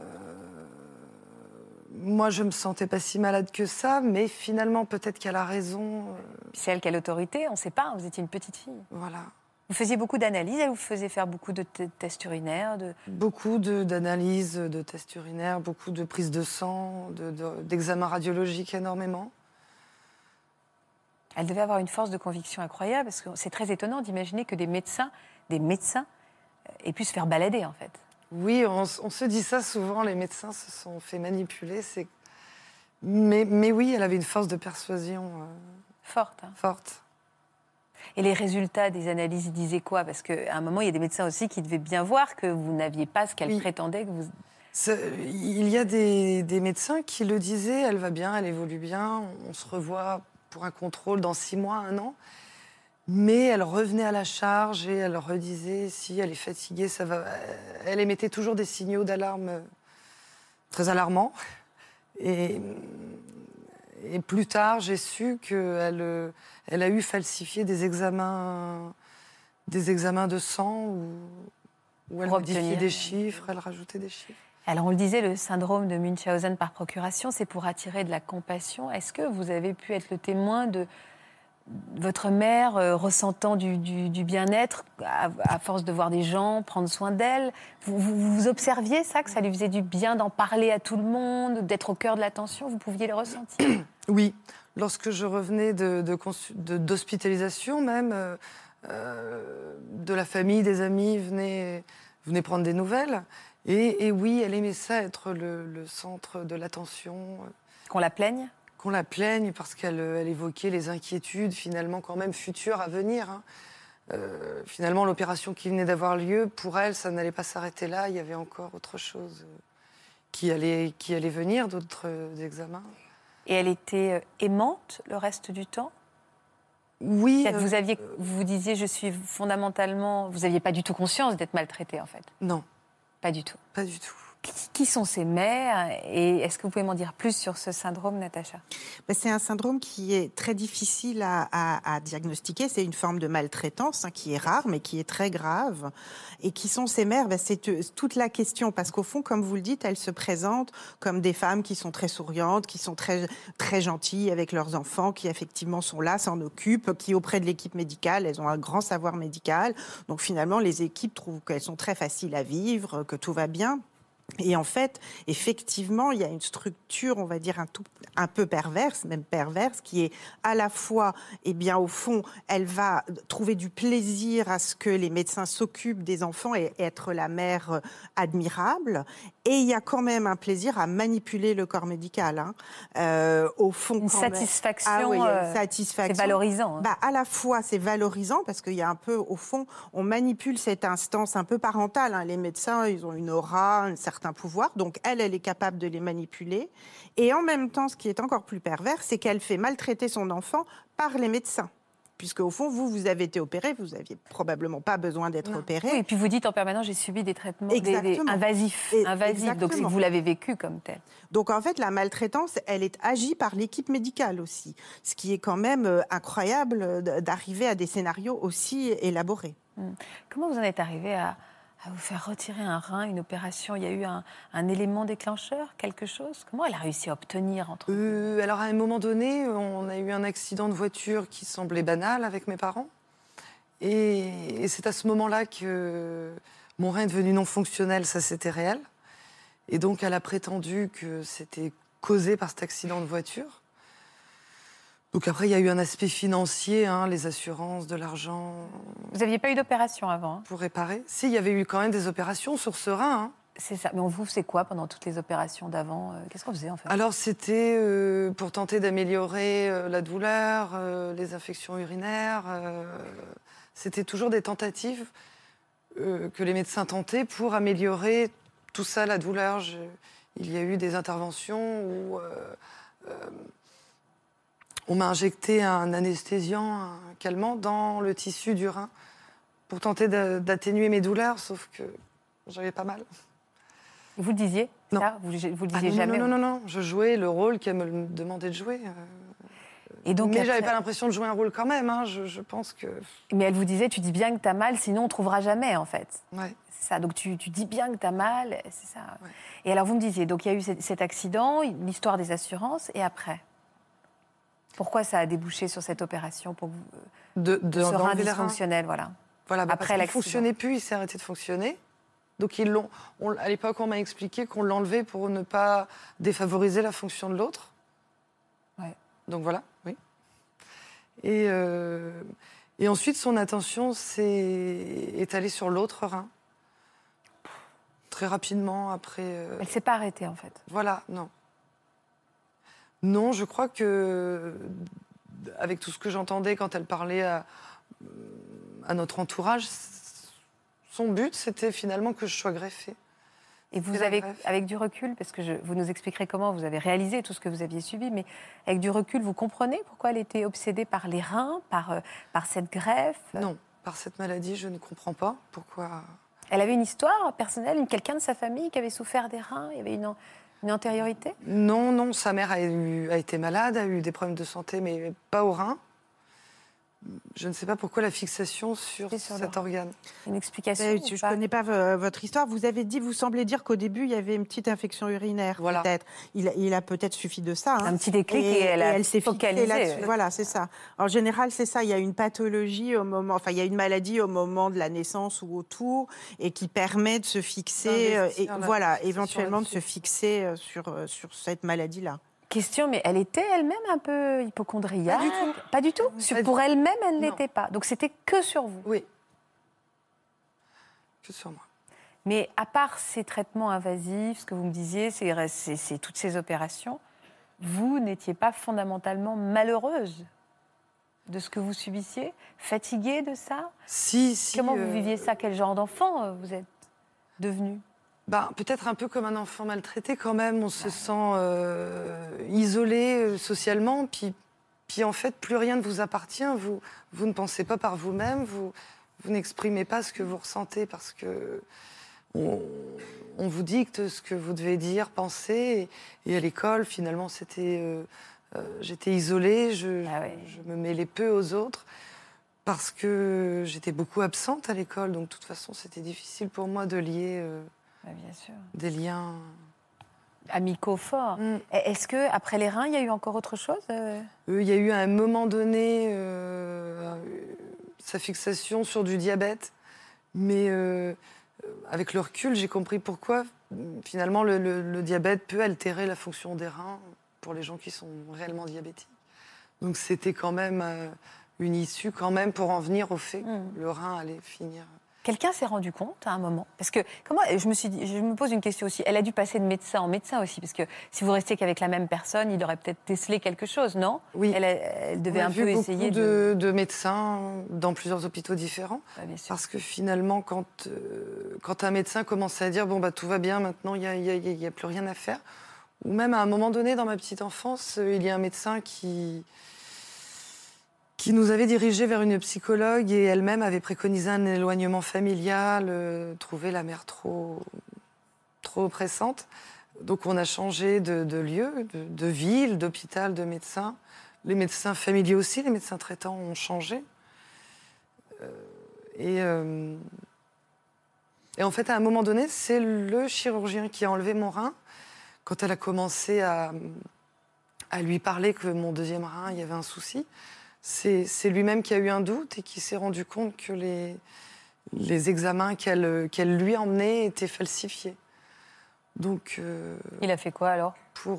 Moi, je me sentais pas si malade que ça, mais finalement, peut-être qu'elle a raison. C'est elle qui a l'autorité, on ne sait pas, vous étiez une petite fille. Voilà. Vous faisiez beaucoup d'analyses, elle vous faisait faire beaucoup de tests urinaires Beaucoup d'analyses, de tests urinaires, beaucoup de prises de sang, d'examens radiologiques énormément. Elle devait avoir une force de conviction incroyable, parce que c'est très étonnant d'imaginer que des médecins aient pu se faire balader, en fait. Oui, on se dit ça souvent, les médecins se sont fait manipuler. Mais oui, elle avait une force de persuasion forte. Forte. Et les résultats des analyses, ils disaient quoi? Parce qu'à un moment, il y a des médecins aussi qui devaient bien voir que vous n'aviez pas ce qu'elle prétendait que vous... Il y a des médecins qui le disaient, elle va bien, elle évolue bien, on se revoit pour un contrôle dans 6 mois, 1 an. Mais elle revenait à la charge et elle redisait si elle est fatiguée, ça va. Elle émettait toujours des signaux d'alarme très alarmants. Et plus tard, j'ai su qu'elle a eu falsifié des examens de sang où elle modifiait des chiffres, elle rajoutait des chiffres. Alors, on le disait, le syndrome de Munchausen par procuration, c'est pour attirer de la compassion. Est-ce que vous avez pu être le témoin de votre mère ressentant du bien-être à force de voir des gens prendre soin d'elle? Vous observiez ça, que ça lui faisait du bien d'en parler à tout le monde, d'être au cœur de l'attention? Vous pouviez le ressentir? Oui. Lorsque je revenais d'hospitalisation même, de la famille, des amis venaient prendre des nouvelles. Et oui, elle aimait ça, être le centre de l'attention. Qu'on la plaigne? Qu'on la plaigne parce qu'elle évoquait les inquiétudes finalement quand même futures à venir. Finalement, l'opération qui venait d'avoir lieu, pour elle, ça n'allait pas s'arrêter là. Il y avait encore autre chose qui allait venir, d'autres examens. Et elle était aimante le reste du temps? Oui. Vous disiez, je suis fondamentalement... Vous n'aviez pas du tout conscience d'être maltraitée, en fait? Non. Pas du tout? Pas du tout. Qui sont ces mères? Et est-ce que vous pouvez m'en dire plus sur ce syndrome, Natacha? C'est un syndrome qui est très difficile à diagnostiquer. C'est une forme de maltraitance qui est rare, mais qui est très grave. Et qui sont ces mères? C'est toute la question. Parce qu'au fond, comme vous le dites, elles se présentent comme des femmes qui sont très souriantes, qui sont très, très gentilles avec leurs enfants, qui effectivement sont là, s'en occupent, qui auprès de l'équipe médicale, elles ont un grand savoir médical. Donc finalement, les équipes trouvent qu'elles sont très faciles à vivre, que tout va bien. Et en fait, effectivement, il y a une structure, on va dire, un peu perverse, même perverse, qui est à la fois, eh bien, au fond, elle va trouver du plaisir à ce que les médecins s'occupent des enfants et être la mère admirable. Et il y a quand même un plaisir à manipuler le corps médical. Au fond, une quand satisfaction. même. Ah oui, il y a une satisfaction. C'est valorisant. Hein. Bah, à la fois, c'est valorisant parce qu'il y a un peu, au fond, on manipule cette instance un peu parentale. Hein. Les médecins, ils ont une aura, un certain pouvoir. Donc, elle est capable de les manipuler. Et en même temps, ce qui est encore plus pervers, c'est qu'elle fait maltraiter son enfant par les médecins. Puisque, au fond, vous avez été opéré, vous n'aviez probablement pas besoin d'être opéré. Oui, et puis vous dites en permanence, j'ai subi des traitements invasifs. Donc, vous l'avez vécu comme tel. Donc, en fait, la maltraitance, elle est agie par l'équipe médicale aussi. Ce qui est quand même incroyable d'arriver à des scénarios aussi élaborés. Comment vous en êtes arrivé à vous faire retirer un rein, une opération? Il y a eu un élément déclencheur, quelque chose? Comment elle a réussi à obtenir entre Alors, à un moment donné, on a eu un accident de voiture qui semblait banal avec mes parents. Et c'est à ce moment-là que mon rein est devenu non fonctionnel, ça c'était réel. Et donc, elle a prétendu que c'était causé par cet accident de voiture. Donc après, il y a eu un aspect financier, les assurances, de l'argent. Vous n'aviez pas eu d'opération avant? Pour réparer. Si, il y avait eu quand même des opérations sur ce rein. C'est ça. Mais on vous faisait quoi pendant toutes les opérations d'avant? Qu'est-ce qu'on faisait en fait? Alors c'était pour tenter d'améliorer la douleur, les infections urinaires. C'était toujours des tentatives que les médecins tentaient pour améliorer tout ça, la douleur. Il y a eu des interventions où on m'a injecté un anesthésiant, un calmant dans le tissu du rein pour tenter d'atténuer mes douleurs, sauf que j'avais pas mal. Vous le disiez? Non. Ça, vous le disiez jamais? Non. Je jouais le rôle qu'elle me demandait de jouer. Et donc, mais j'avais pas l'impression de jouer un rôle quand même. Je pense que... Mais elle vous disait, tu dis bien que t'as mal, sinon on trouvera jamais, en fait. Ouais. C'est ça. Donc tu dis bien que t'as mal, c'est ça. Ouais. Et alors vous me disiez, donc il y a eu cet accident, l'histoire des assurances, et après? Pourquoi ça a débouché sur cette opération pour vous, ce rein dysfonctionnel, voilà. Voilà, après parce qu'il ne fonctionnait plus, il s'est arrêté de fonctionner. Donc à l'époque, on m'a expliqué qu'on l'enlevait pour ne pas défavoriser la fonction de l'autre. Ouais. Donc voilà, oui. Et ensuite, son attention est allée sur l'autre rein. Très rapidement, après... Elle ne s'est pas arrêtée, en fait. Voilà, non. Non, je crois que, avec tout ce que j'entendais quand elle parlait à notre entourage, son but, c'était finalement que je sois greffée. Et vous avez, avec du recul, parce que vous nous expliquerez comment vous avez réalisé tout ce que vous aviez subi, mais avec du recul, vous comprenez pourquoi elle était obsédée par les reins, par cette greffe? Non, par cette maladie, je ne comprends pas pourquoi... Elle avait une histoire personnelle, quelqu'un de sa famille qui avait souffert des reins? Il y avait une antériorité? Non, sa mère a été malade, a eu des problèmes de santé, mais pas aux reins. Je ne sais pas pourquoi la fixation sur cet organe. Une explication? Je ne connais pas votre histoire. Vous semblez dire qu'au début, il y avait une petite infection urinaire, voilà. Peut-être. Il a peut-être suffi de ça. Un petit déclic et elle s'est focalisée là-dessus. Voilà, c'est ça. En général, c'est ça. Il y a une pathologie il y a une maladie au moment de la naissance ou autour et qui permet de se fixer, éventuellement de se fixer sur cette maladie-là. Question, mais elle était elle-même un peu hypocondriaque? Pas du tout. Pour elle-même, elle ne l'était pas. Donc c'était que sur vous? Oui. Que sur moi. Mais à part ces traitements invasifs, ce que vous me disiez, c'est toutes ces opérations, vous n'étiez pas fondamentalement malheureuse de ce que vous subissiez? Fatiguée de ça? Si. Comment vous viviez ça? Quel genre d'enfant vous êtes devenue? Peut-être un peu comme un enfant maltraité quand même. On se sent isolé socialement. Puis en fait, plus rien ne vous appartient. Vous ne pensez pas par vous-même. Vous n'exprimez pas ce que vous ressentez parce que on vous dicte ce que vous devez dire, penser. Et à l'école, finalement, j'étais isolée. Je me mêlais peu aux autres parce que j'étais beaucoup absente à l'école. Donc de toute façon, c'était difficile pour moi de lier... bien sûr. Des liens amicaux forts. Est-ce que après les reins, il y a eu encore autre chose? Il y a eu à un moment donné sa fixation sur du diabète, mais avec le recul, j'ai compris pourquoi. finalement, le diabète peut altérer la fonction des reins pour les gens qui sont réellement diabétiques. Donc c'était quand même une issue quand même pour en venir au fait que le rein allait finir. Quelqu'un s'est rendu compte à un moment? Parce que, je me pose une question aussi. Elle a dû passer de médecin en médecin aussi, parce que si vous restiez qu'avec la même personne, il aurait peut-être décelé quelque chose, non? Oui. Elle devait un peu essayer de médecins dans plusieurs hôpitaux différents. Ah, bien sûr. Parce que finalement, quand un médecin commençait à dire bon bah tout va bien, maintenant il y a plus rien à faire, ou même à un moment donné dans ma petite enfance, il y a un médecin qui nous avait dirigés vers une psychologue et elle-même avait préconisé un éloignement familial, trouvé la mère trop oppressante. Donc on a changé de lieu, de ville, d'hôpital, de médecin. Les médecins familiers aussi, les médecins traitants ont changé. Et en fait, à un moment donné, c'est le chirurgien qui a enlevé mon rein. Quand elle a commencé à lui parler que mon deuxième rein, il y avait un souci, c'est lui-même qui a eu un doute et qui s'est rendu compte que les examens qu'elle lui emmenait étaient falsifiés. Donc, il a fait quoi alors?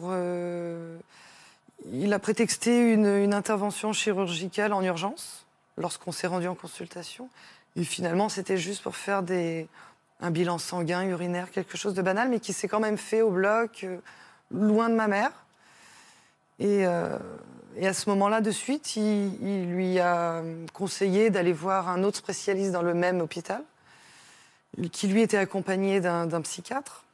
Il a prétexté une intervention chirurgicale en urgence lorsqu'on s'est rendu en consultation. Et finalement, c'était juste pour faire un bilan sanguin, urinaire, quelque chose de banal, mais qui s'est quand même fait au bloc, loin de ma mère. Et à ce moment-là, de suite, il lui a conseillé d'aller voir un autre spécialiste dans le même hôpital, qui lui était accompagné d'un psychiatre.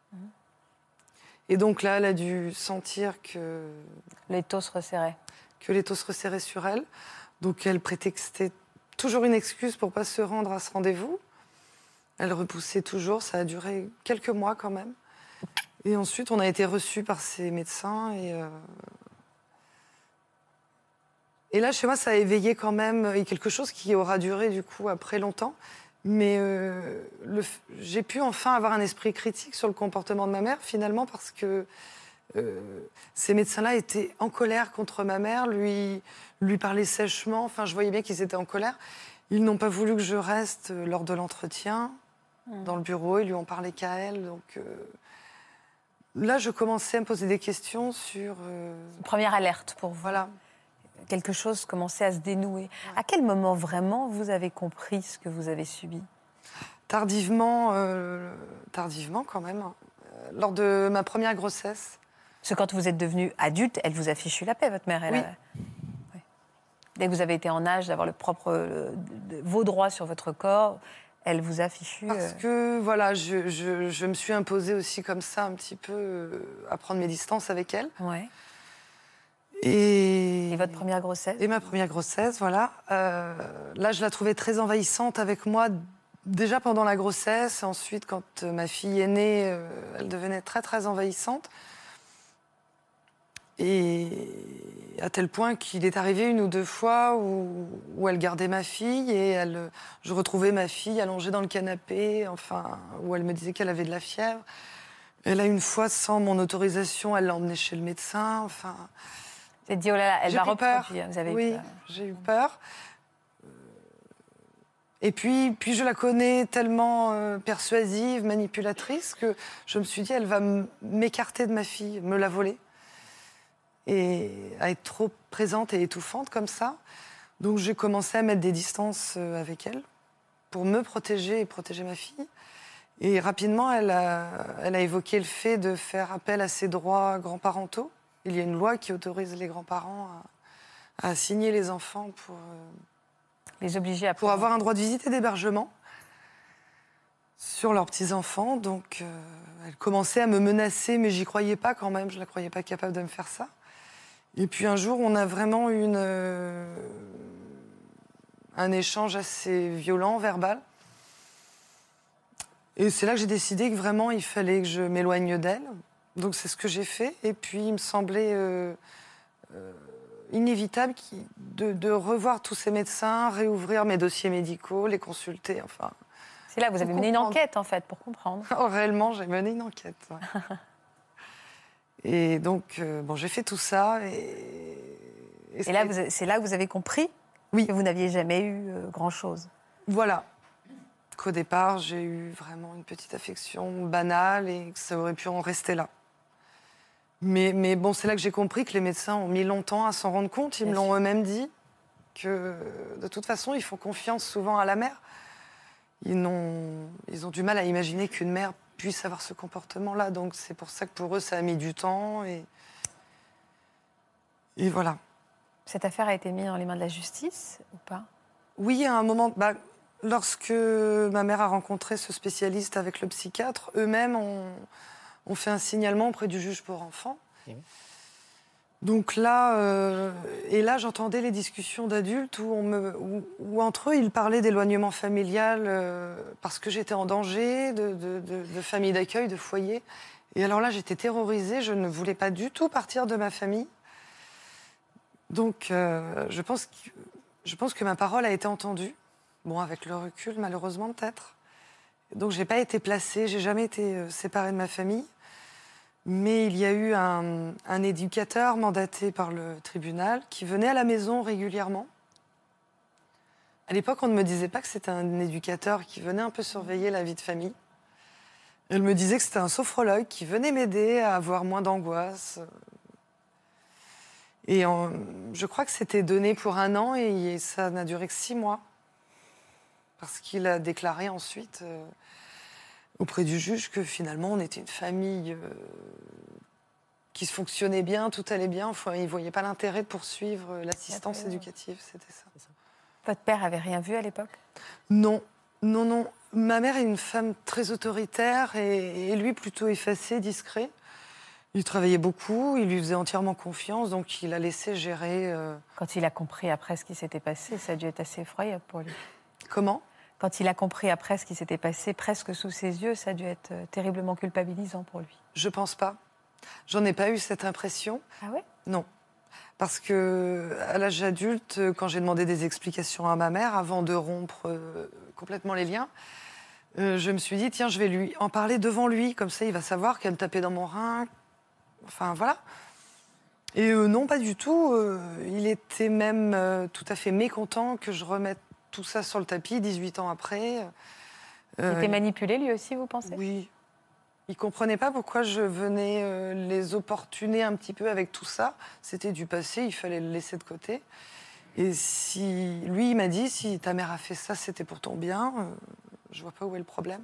Et donc là, elle a dû sentir que l'étau se resserrait. Que l'étau se resserrait sur elle. Donc elle prétextait toujours une excuse pour ne pas se rendre à ce rendez-vous. Elle repoussait toujours, ça a duré quelques mois quand même. Et ensuite, on a été reçus par ces médecins. Et là, chez moi, ça a éveillé quand même quelque chose qui aura duré du coup après longtemps. Mais j'ai pu enfin avoir un esprit critique sur le comportement de ma mère, finalement, parce que ces médecins-là étaient en colère contre ma mère, lui parlaient sèchement. Enfin, je voyais bien qu'ils étaient en colère. Ils n'ont pas voulu que je reste lors de l'entretien dans le bureau. Ils lui ont parlé qu'à elle. Donc là, je commençais à me poser des questions sur... Première alerte pour vous. Voilà. Quelque chose commençait à se dénouer. Ouais. À quel moment vraiment vous avez compris ce que vous avez subi? Tardivement quand même. Lors de ma première grossesse. Parce que quand vous êtes devenue adulte, elle vous a fichu la paix, votre mère. Oui. Oui. Dès que vous avez été en âge d'avoir vos droits sur votre corps, elle vous a fichu... Parce que, voilà, je me suis imposée aussi comme ça, un petit peu, à prendre mes distances avec elle. Ouais. Et votre première grossesse? Et ma première grossesse, voilà. Là, je la trouvais très envahissante avec moi, déjà pendant la grossesse. Ensuite, quand ma fille est née, elle devenait très, très envahissante. Et à tel point qu'il est arrivé une ou deux fois où elle gardait ma fille et je retrouvais ma fille allongée dans le canapé, enfin, où elle me disait qu'elle avait de la fièvre. Elle a une fois, sans mon autorisation, elle l'a emmenée chez le médecin, enfin... Vous avez dit, oh là là, elle va reproduire. Vous avez oui, peur. J'ai eu peur. Et puis je la connais tellement persuasive, manipulatrice, que je me suis dit, elle va m'écarter de ma fille, me la voler. Et à être trop présente et étouffante comme ça. Donc j'ai commencé à mettre des distances avec elle pour me protéger et protéger ma fille. Et rapidement, elle a évoqué le fait de faire appel à ses droits grands-parentaux. Il y a une loi qui autorise les grands-parents à assigner les enfants pour les obliger à pour avoir un droit de visite et d'hébergement sur leurs petits-enfants. Donc, elle commençait à me menacer, mais j'y croyais pas quand même. Je la croyais pas capable de me faire ça. Et puis un jour, on a vraiment eu un échange assez violent, verbal. Et c'est là que j'ai décidé que vraiment, il fallait que je m'éloigne d'elle. Donc c'est ce que j'ai fait. Et puis il me semblait inévitable de revoir tous ces médecins, réouvrir mes dossiers médicaux, les consulter, enfin... C'est là que vous avez mené une enquête, en fait, pour comprendre. Oh, réellement, j'ai mené une enquête. Ouais. Et donc, bon, j'ai fait tout ça. Et là, c'est là que vous avez compris que vous n'aviez jamais eu grand-chose. Voilà. qu'au départ, j'ai eu vraiment une petite affection banale et que ça aurait pu en rester là. Mais bon, c'est là que j'ai compris que les médecins ont mis longtemps à s'en rendre compte. Ils me l'ont eux-mêmes dit, que de toute façon, ils font confiance souvent à la mère. Ils ont du mal à imaginer qu'une mère puisse avoir ce comportement-là. Donc c'est pour ça que pour eux, ça a mis du temps. Et voilà. Cette affaire a été mise dans les mains de la justice ou pas? Oui, à un moment, lorsque ma mère a rencontré ce spécialiste avec le psychiatre, eux-mêmes ont fait un signalement auprès du juge pour enfants. Oui. Donc là, j'entendais les discussions d'adultes où entre eux, ils parlaient d'éloignement familial parce que j'étais en danger, de famille d'accueil, de foyer. Et alors là, j'étais terrorisée, je ne voulais pas du tout partir de ma famille. Donc, je pense que ma parole a été entendue. Bon, avec le recul, malheureusement, peut-être. Donc, je n'ai pas été placée, je n'ai jamais été séparée de ma famille. Mais il y a eu un éducateur mandaté par le tribunal qui venait à la maison régulièrement. À l'époque, on ne me disait pas que c'était un éducateur qui venait un peu surveiller la vie de famille. Elle me disait que c'était un sophrologue qui venait m'aider à avoir moins d'angoisse. Et je crois que c'était donné pour 1 an et ça n'a duré que 6 mois. Parce qu'il a déclaré ensuite auprès du juge que finalement on était une famille qui se fonctionnait bien, tout allait bien. Enfin, il ne voyait pas l'intérêt de poursuivre l'assistance éducative, c'était ça. Votre père avait rien vu à l'époque? Non. Ma mère est une femme très autoritaire et lui plutôt effacé, discret. Il travaillait beaucoup, il lui faisait entièrement confiance, donc il a laissé gérer... Quand il a compris après ce qui s'était passé, ça a dû être assez effroyable pour lui. Comment ? Quand il a compris après ce qui s'était passé, presque sous ses yeux, ça a dû être terriblement culpabilisant pour lui. Je pense pas. J'en ai pas eu cette impression. Ah ouais ? Non. Parce que à l'âge adulte, quand j'ai demandé des explications à ma mère, avant de rompre complètement les liens, je me suis dit, tiens, je vais lui en parler devant lui, comme ça il va savoir qu'elle tapait dans mon rein. Enfin, voilà. Et non, pas du tout. Il était même tout à fait mécontent que je remette tout ça sur le tapis 18 ans après. Il était manipulé lui aussi, vous pensez ? Oui. Il ne comprenait pas pourquoi je venais les opportuner un petit peu avec tout ça. C'était du passé, il fallait le laisser de côté. Et lui, il m'a dit, si ta mère a fait ça, c'était pour ton bien. Je ne vois pas où est le problème.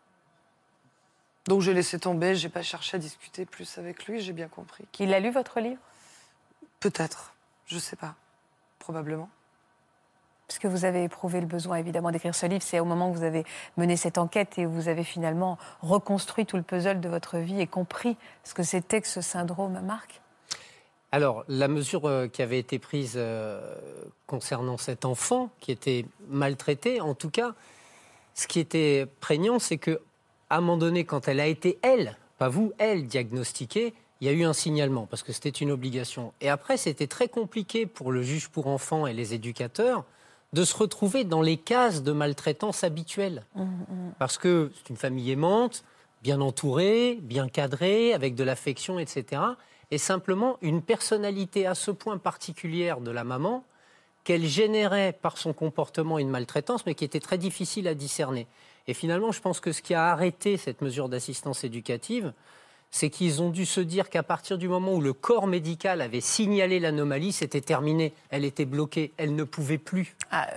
Donc j'ai laissé tomber, je n'ai pas cherché à discuter plus avec lui, j'ai bien compris. Il a lu votre livre ? Peut-être, je ne sais pas. Probablement. Parce que vous avez éprouvé le besoin, évidemment, d'écrire ce livre. C'est au moment où vous avez mené cette enquête et où vous avez finalement reconstruit tout le puzzle de votre vie et compris ce que c'était que ce syndrome, Marc ? Alors, la mesure qui avait été prise concernant cet enfant qui était maltraité, en tout cas, ce qui était prégnant, c'est qu'à un moment donné, quand elle a été, elle, pas vous, elle, diagnostiquée, il y a eu un signalement, parce que c'était une obligation. Et après, c'était très compliqué pour le juge pour enfants et les éducateurs de se retrouver dans les cases de maltraitance habituelles. Parce que c'est une famille aimante, bien entourée, bien cadrée, avec de l'affection, etc. Et simplement une personnalité à ce point particulière de la maman qu'elle générait par son comportement une maltraitance, mais qui était très difficile à discerner. Et finalement, je pense que ce qui a arrêté cette mesure d'assistance éducative, c'est qu'ils ont dû se dire qu'à partir du moment où le corps médical avait signalé l'anomalie, c'était terminé. Elle était bloquée, elle ne pouvait plus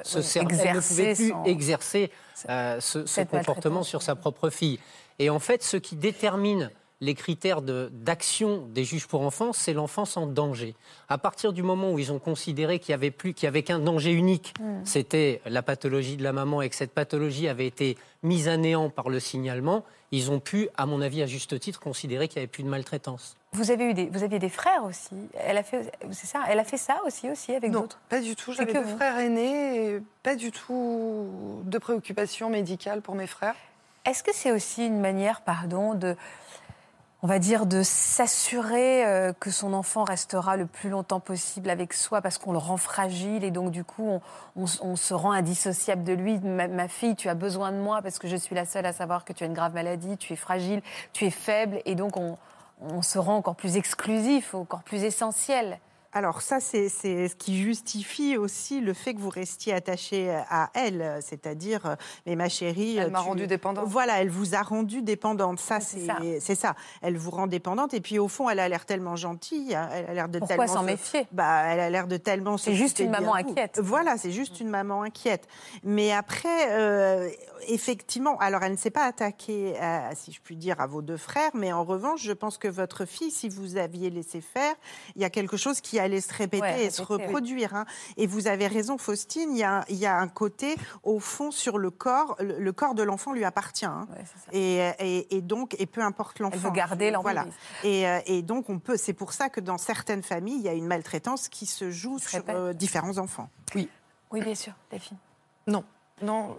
exercer ce comportement sur sa propre fille. Et en fait, ce qui détermine les critères d'action des juges pour enfants, c'est l'enfance en danger. À partir du moment où ils ont considéré qu'il y avait qu'un danger unique, c'était la pathologie de la maman, et que cette pathologie avait été mise à néant par le signalement, ils ont pu, à mon avis, à juste titre, considérer qu'il n'y avait plus de maltraitance. Vous aviez des frères aussi. Elle a fait ça aussi avec d'autres. Non, pas du tout. J'avais 2 frères aînés et pas du tout de préoccupation médicale pour mes frères. Est-ce que c'est aussi une manière, on va dire, de s'assurer que son enfant restera le plus longtemps possible avec soi parce qu'on le rend fragile et donc du coup on se rend indissociable de lui. Ma fille, tu as besoin de moi parce que je suis la seule à savoir que tu as une grave maladie, tu es fragile, tu es faible et donc on se rend encore plus exclusif, encore plus essentiel. Alors ça, c'est ce qui justifie aussi le fait que vous restiez attaché à elle, c'est-à-dire, mais ma chérie... Elle m'a rendue dépendante. Voilà, elle vous a rendu dépendante. Ça, c'est c'est ça. Elle vous rend dépendante et puis au fond, elle a l'air tellement gentille. Hein, elle a l'air de Pourquoi tellement s'en méfier? Elle a l'air de tellement... C'est juste une maman inquiète. Voilà, c'est juste une maman inquiète. Mais après, effectivement, alors elle ne s'est pas attaquée, si je puis dire, à vos deux frères, mais en revanche, je pense que votre fille, si vous aviez laissé faire, il y a quelque chose qui allait se répéter et se reproduire. Hein. Et vous avez raison, Faustine, il y a un côté, au fond, sur le corps de l'enfant lui appartient. Hein. Ouais, c'est ça. Et donc, et peu importe l'enfant. Elle veut garder l'enfant. Voilà. Et donc, c'est pour ça que dans certaines familles, il y a une maltraitance qui se joue sur différents enfants. Oui. Oui, bien sûr, Delphine. Non. Non.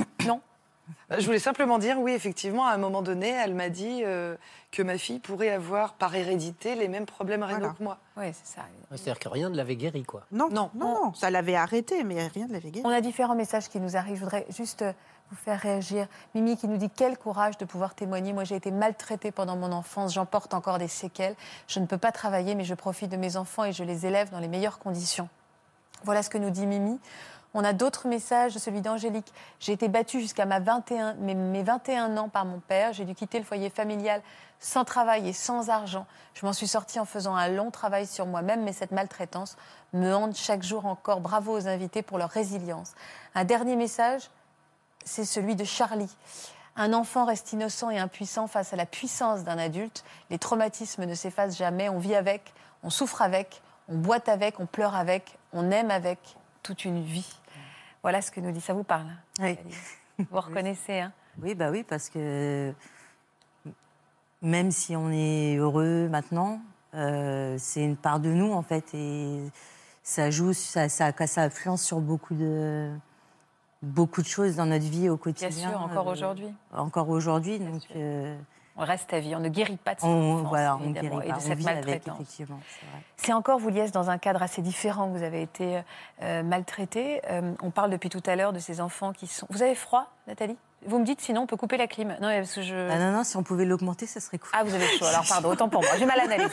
Je voulais simplement dire, oui, effectivement, à un moment donné, elle m'a dit que ma fille pourrait avoir, par hérédité, les mêmes problèmes rénaux que moi. Oui, c'est ça. C'est-à-dire que rien ne l'avait guéri, quoi. Non, ça l'avait arrêté, mais rien ne l'avait guéri. On a différents messages qui nous arrivent. Je voudrais juste vous faire réagir. Mimi qui nous dit « Quel courage de pouvoir témoigner. Moi, j'ai été maltraitée pendant mon enfance. J'en porte encore des séquelles. Je ne peux pas travailler, mais je profite de mes enfants et je les élève dans les meilleures conditions. » Voilà ce que nous dit Mimi. On a d'autres messages, celui d'Angélique. J'ai été battue jusqu'à mes 21 ans par mon père. J'ai dû quitter le foyer familial sans travail et sans argent. Je m'en suis sortie en faisant un long travail sur moi-même, mais cette maltraitance me hante chaque jour encore. Bravo aux invités pour leur résilience. Un dernier message, c'est celui de Charlie. Un enfant reste innocent et impuissant face à la puissance d'un adulte. Les traumatismes ne s'effacent jamais. On vit avec, on souffre avec, on boite avec, on pleure avec, on aime avec toute une vie. Voilà ce que nous dit. Ça vous parle? Oui. Vous reconnaissez, hein? Oui, bah oui, parce que même si on est heureux maintenant, c'est une part de nous, en fait, et ça joue, ça influence sur beaucoup de choses dans notre vie au quotidien. Bien sûr, encore aujourd'hui. Encore aujourd'hui, donc... on reste à vie, on ne guérit pas de cette enfance, voilà, on guérit pas, et de cette maltraitance. Effectivement, c'est vrai. C'est encore, vous, Liès, dans un cadre assez différent que vous avez été maltraitée. On parle depuis tout à l'heure de ces enfants qui sont... Vous avez froid, Nathalie? Vous me dites, sinon on peut couper la clim. Non, parce que non, si on pouvait l'augmenter, ça serait cool. Ah, vous avez chaud, alors pardon, autant pour moi, j'ai mal analysé.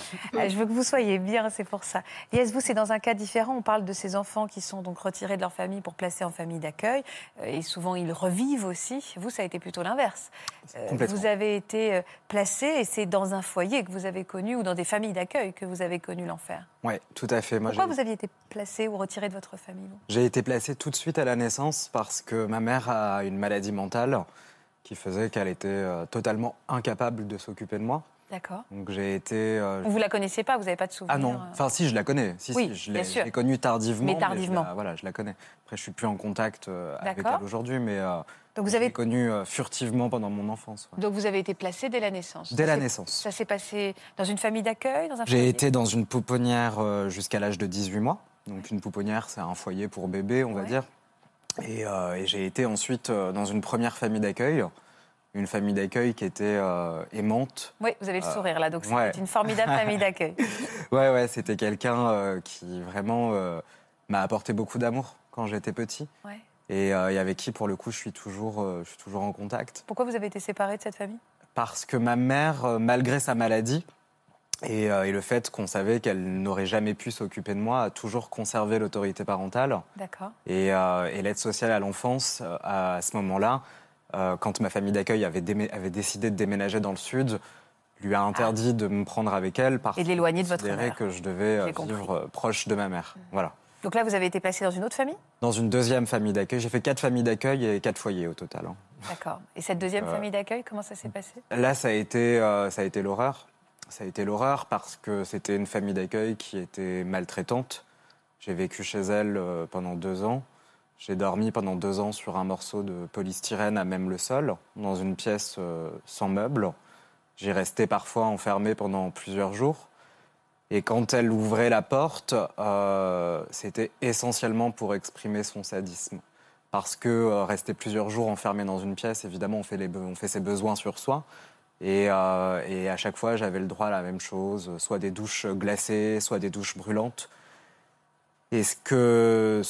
Je veux que vous soyez bien, c'est pour ça. Liès, vous, c'est dans un cas différent. On parle de ces enfants qui sont donc retirés de leur famille pour placer en famille d'accueil. Et souvent, ils revivent aussi. Vous, ça a été plutôt l'inverse. Vous avez été placé, et c'est dans un foyer que vous avez connu, ou dans des familles d'accueil que vous avez connu l'enfer. Oui, tout à fait. Pourquoi vous aviez été placé ou retiré de votre famille? J'ai été placé tout de suite à la naissance parce que ma mère a une maladie mentale qui faisait qu'elle était totalement incapable de s'occuper de moi. D'accord. Donc j'ai été... Vous ne la connaissiez pas, vous n'avez pas de souvenir? Ah non, enfin si, je la connais. Oui, je bien sûr. l'ai connue tardivement. Mais tardivement. Je la connais. Après, je ne suis plus en contact avec D'accord. elle aujourd'hui, mais Donc vous je avez... l'ai connue furtivement pendant mon enfance. Ouais. Donc vous avez été placé dès la naissance? Dès la naissance. Ça s'est passé dans une famille d'accueil, dans un J'ai foyer? été dans une pouponnière jusqu'à l'âge de 18 mois. Donc une pouponnière, c'est un foyer pour bébés, on va dire. Et j'ai été ensuite dans une première famille d'accueil. Une famille d'accueil qui était aimante. Oui, vous avez le sourire là, donc c'était une formidable famille d'accueil. Ouais, c'était quelqu'un qui vraiment m'a apporté beaucoup d'amour quand j'étais petit. Ouais. Et avec qui, pour le coup, je suis toujours en contact. Pourquoi vous avez été séparé de cette famille? Parce que ma mère, malgré sa maladie et le fait qu'on savait qu'elle n'aurait jamais pu s'occuper de moi, a toujours conservé l'autorité parentale. D'accord. Et l'aide sociale à l'enfance, à ce moment-là, quand ma famille d'accueil avait décidé de déménager dans le sud, lui a interdit de me prendre avec elle parce et de l'éloigner de votre mère. Considérait que je devais vivre proche de ma mère. Voilà. Donc là, vous avez été placé dans une autre famille? Dans une deuxième famille d'accueil. J'ai fait 4 familles d'accueil et 4 foyers au total. Hein. D'accord. Et cette deuxième famille d'accueil, comment ça s'est passé? Là, ça a été l'horreur. Ça a été l'horreur parce que c'était une famille d'accueil qui était maltraitante. J'ai vécu chez elle pendant 2 ans. J'ai dormi pendant 2 ans sur un morceau de polystyrène à même le sol, dans une pièce sans meubles. J'y restais parfois enfermé pendant plusieurs jours. Et quand elle ouvrait la porte, c'était essentiellement pour exprimer son sadisme. Parce que rester plusieurs jours enfermé dans une pièce, évidemment, on fait ses besoins sur soi. Et à chaque fois, j'avais le droit à la même chose, soit des douches glacées, soit des douches brûlantes. Et ce que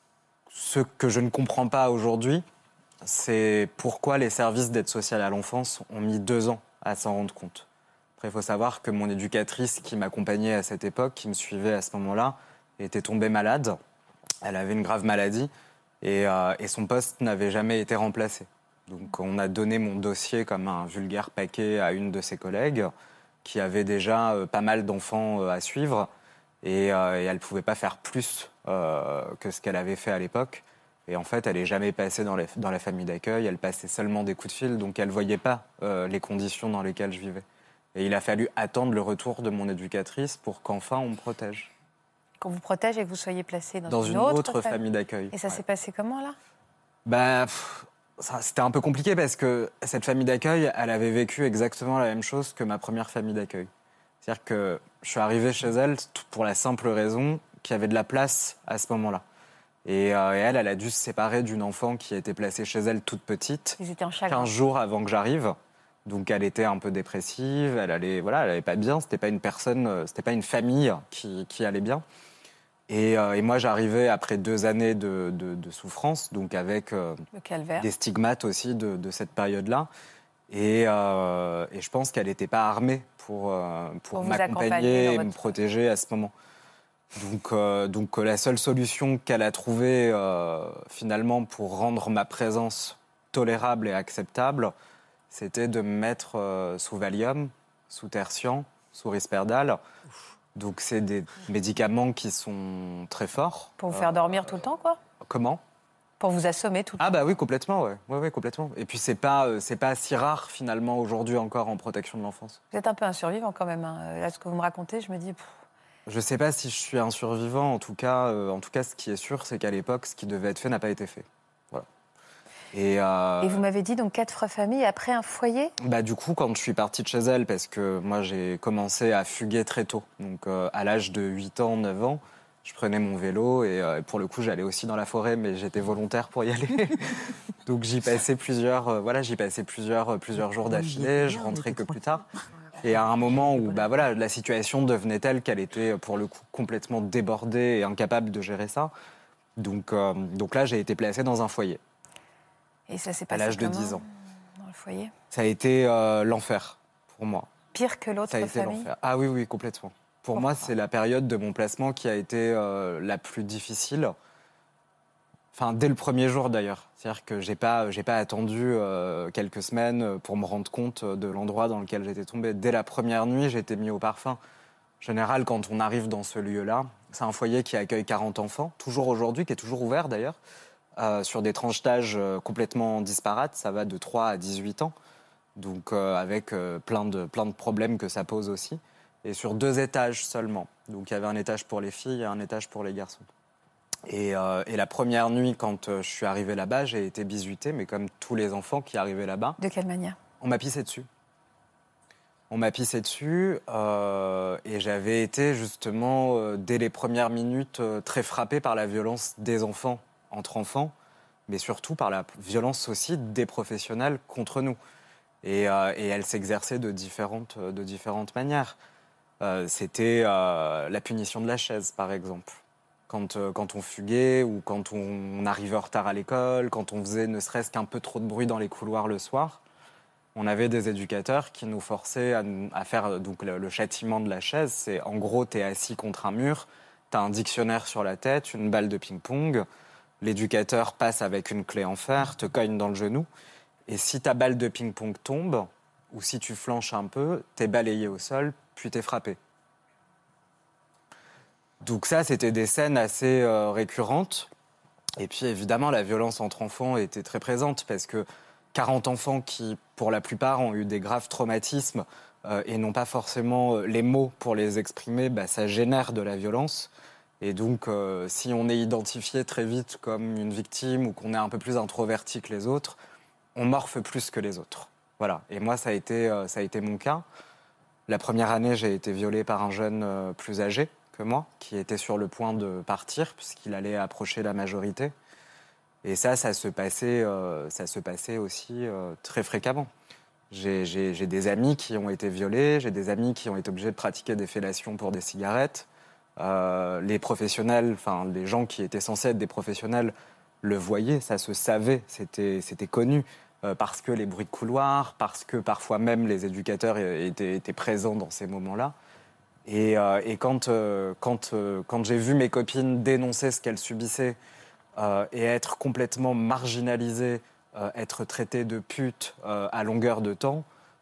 je ne comprends pas aujourd'hui, c'est pourquoi les services d'aide sociale à l'enfance ont mis 2 ans à s'en rendre compte. Après, il faut savoir que mon éducatrice qui m'accompagnait à cette époque, qui me suivait à ce moment-là, était tombée malade. Elle avait une grave maladie et son poste n'avait jamais été remplacé. Donc on a donné mon dossier comme un vulgaire paquet à une de ses collègues qui avait déjà pas mal d'enfants à suivre et elle ne pouvait pas faire plus que ce qu'elle avait fait à l'époque. Et en fait, elle n'est jamais passée dans la famille d'accueil, elle passait seulement des coups de fil, donc elle ne voyait pas les conditions dans lesquelles je vivais. Et il a fallu attendre le retour de mon éducatrice pour qu'enfin on me protège. Qu'on vous protège et que vous soyez placé dans une autre famille d'accueil. Et ça s'est passé comment, là ? C'était un peu compliqué parce que cette famille d'accueil, elle avait vécu exactement la même chose que ma première famille d'accueil. C'est-à-dire que je suis arrivé chez elle pour la simple raison qu'il y avait de la place à ce moment-là. Et elle a dû se séparer d'une enfant qui a été placée chez elle toute petite. Ils étaient en chagrin. 15 jours avant que j'arrive. Donc elle était un peu dépressive, elle allait pas bien, c'était pas une famille qui allait bien. Et moi j'arrivais après 2 années de souffrance, donc avec des stigmates aussi de cette période-là. Et je pense qu'elle n'était pas armée pour m'accompagner et me protéger à ce moment. Donc la seule solution qu'elle a trouvée finalement pour rendre ma présence tolérable et acceptable, c'était de me mettre sous Valium, sous Tertian, sous Risperdal. Donc c'est des médicaments qui sont très forts. Pour vous faire dormir tout le temps, quoi ? Comment ? Pour vous assommer tout le temps ? Ah bah oui, complètement, ouais. Ouais, complètement. Et puis c'est pas si rare finalement aujourd'hui encore en protection de l'enfance. Vous êtes un peu un survivant quand même. Hein. Là, ce que vous me racontez, je me dis... Je sais pas si je suis un survivant. En tout cas, ce qui est sûr, c'est qu'à l'époque, ce qui devait être fait n'a pas été fait. Voilà. Et vous m'avez dit donc 4 familles après un foyer ? Du coup, quand je suis partie de chez elle, parce que moi j'ai commencé à fuguer très tôt, donc à l'âge de 8 ans, 9 ans, je prenais mon vélo et pour le coup j'allais aussi dans la forêt, mais j'étais volontaire pour y aller. Donc j'y passais plusieurs jours d'affilée, je rentrais que plus tard. Et à un moment où la situation devenait telle qu'elle était pour le coup complètement débordée et incapable de gérer ça. Donc là, j'ai été placé dans un foyer. Et ça s'est passé à l'âge de 10 ans. Dans le foyer ? Ça a été l'enfer pour moi. Pire que l'autre famille ? Ça a été l'enfer. Ah oui, complètement. Pour moi, c'est la période de mon placement qui a été la plus difficile. Enfin, dès le premier jour d'ailleurs. C'est-à-dire que j'ai pas attendu quelques semaines pour me rendre compte de l'endroit dans lequel j'étais tombé. Dès la première nuit, j'ai été mis au parfum. En général, quand on arrive dans ce lieu-là, c'est un foyer qui accueille 40 enfants, toujours aujourd'hui, qui est toujours ouvert d'ailleurs, sur des tranches d'âge complètement disparates. Ça va de 3 à 18 ans, donc avec plein de problèmes que ça pose aussi. Et sur 2 étages seulement. Donc il y avait un étage pour les filles et un étage pour les garçons. Et la première nuit, quand je suis arrivé là-bas, j'ai été bizuté, mais comme tous les enfants qui arrivaient là-bas. De quelle manière ? On m'a pissé dessus. Et j'avais été justement, dès les premières minutes, très frappé par la violence des enfants, entre enfants, mais surtout par la violence aussi des professionnels contre nous. Et elle s'exerçait de différentes manières. C'était la punition de la chaise, par exemple. Quand on fuguait ou quand on arrivait en retard à l'école, quand on faisait ne serait-ce qu'un peu trop de bruit dans les couloirs le soir, on avait des éducateurs qui nous forçaient à faire donc, le châtiment de la chaise. C'est en gros, tu es assis contre un mur, tu as un dictionnaire sur la tête, une balle de ping-pong, l'éducateur passe avec une clé en fer, te cogne dans le genou, et si ta balle de ping-pong tombe, ou si tu flanches un peu, tu es balayé au sol, puis tu es frappé. Donc ça, c'était des scènes assez récurrentes. Et puis évidemment, la violence entre enfants était très présente parce que 40 enfants qui, pour la plupart, ont eu des graves traumatismes et n'ont pas forcément les mots pour les exprimer, ça génère de la violence. Et donc, si on est identifié très vite comme une victime ou qu'on est un peu plus introverti que les autres, on morfe plus que les autres. Voilà. Et moi, ça a été mon cas. La première année, j'ai été violée par un jeune plus âgé que moi, qui était sur le point de partir, puisqu'il allait approcher la majorité. Et ça se passait aussi très fréquemment. J'ai des amis qui ont été violés, j'ai des amis qui ont été obligés de pratiquer des fellations pour des cigarettes. Les professionnels, enfin les gens qui étaient censés être des professionnels, le voyaient, ça se savait, c'était connu. parce que les bruits de couloir, parce que parfois même les éducateurs étaient présents dans ces moments-là. Et quand j'ai vu mes copines dénoncer ce qu'elles subissaient et être complètement marginalisées, être traitées de putes à longueur de temps,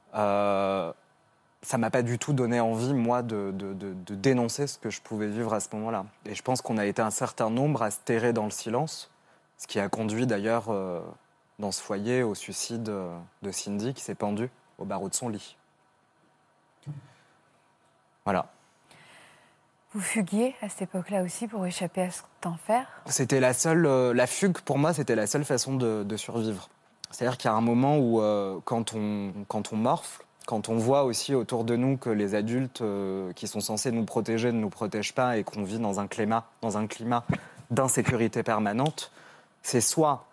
ça m'a pas du tout donné envie, moi, de dénoncer ce que je pouvais vivre à ce moment-là. Et je pense qu'on a été un certain nombre à se terrer dans le silence, ce qui a conduit d'ailleurs dans ce foyer au suicide de Cindy qui s'est pendue au barreau de son lit. Voilà. Vous fuguiez à cette époque-là aussi pour échapper à cet enfer ? C'était la fugue pour moi, c'était la seule façon de survivre. C'est-à-dire qu'il y a un moment où quand on morfle, quand on voit aussi autour de nous que les adultes qui sont censés nous protéger ne nous protègent pas et qu'on vit dans un climat d'insécurité permanente, c'est soit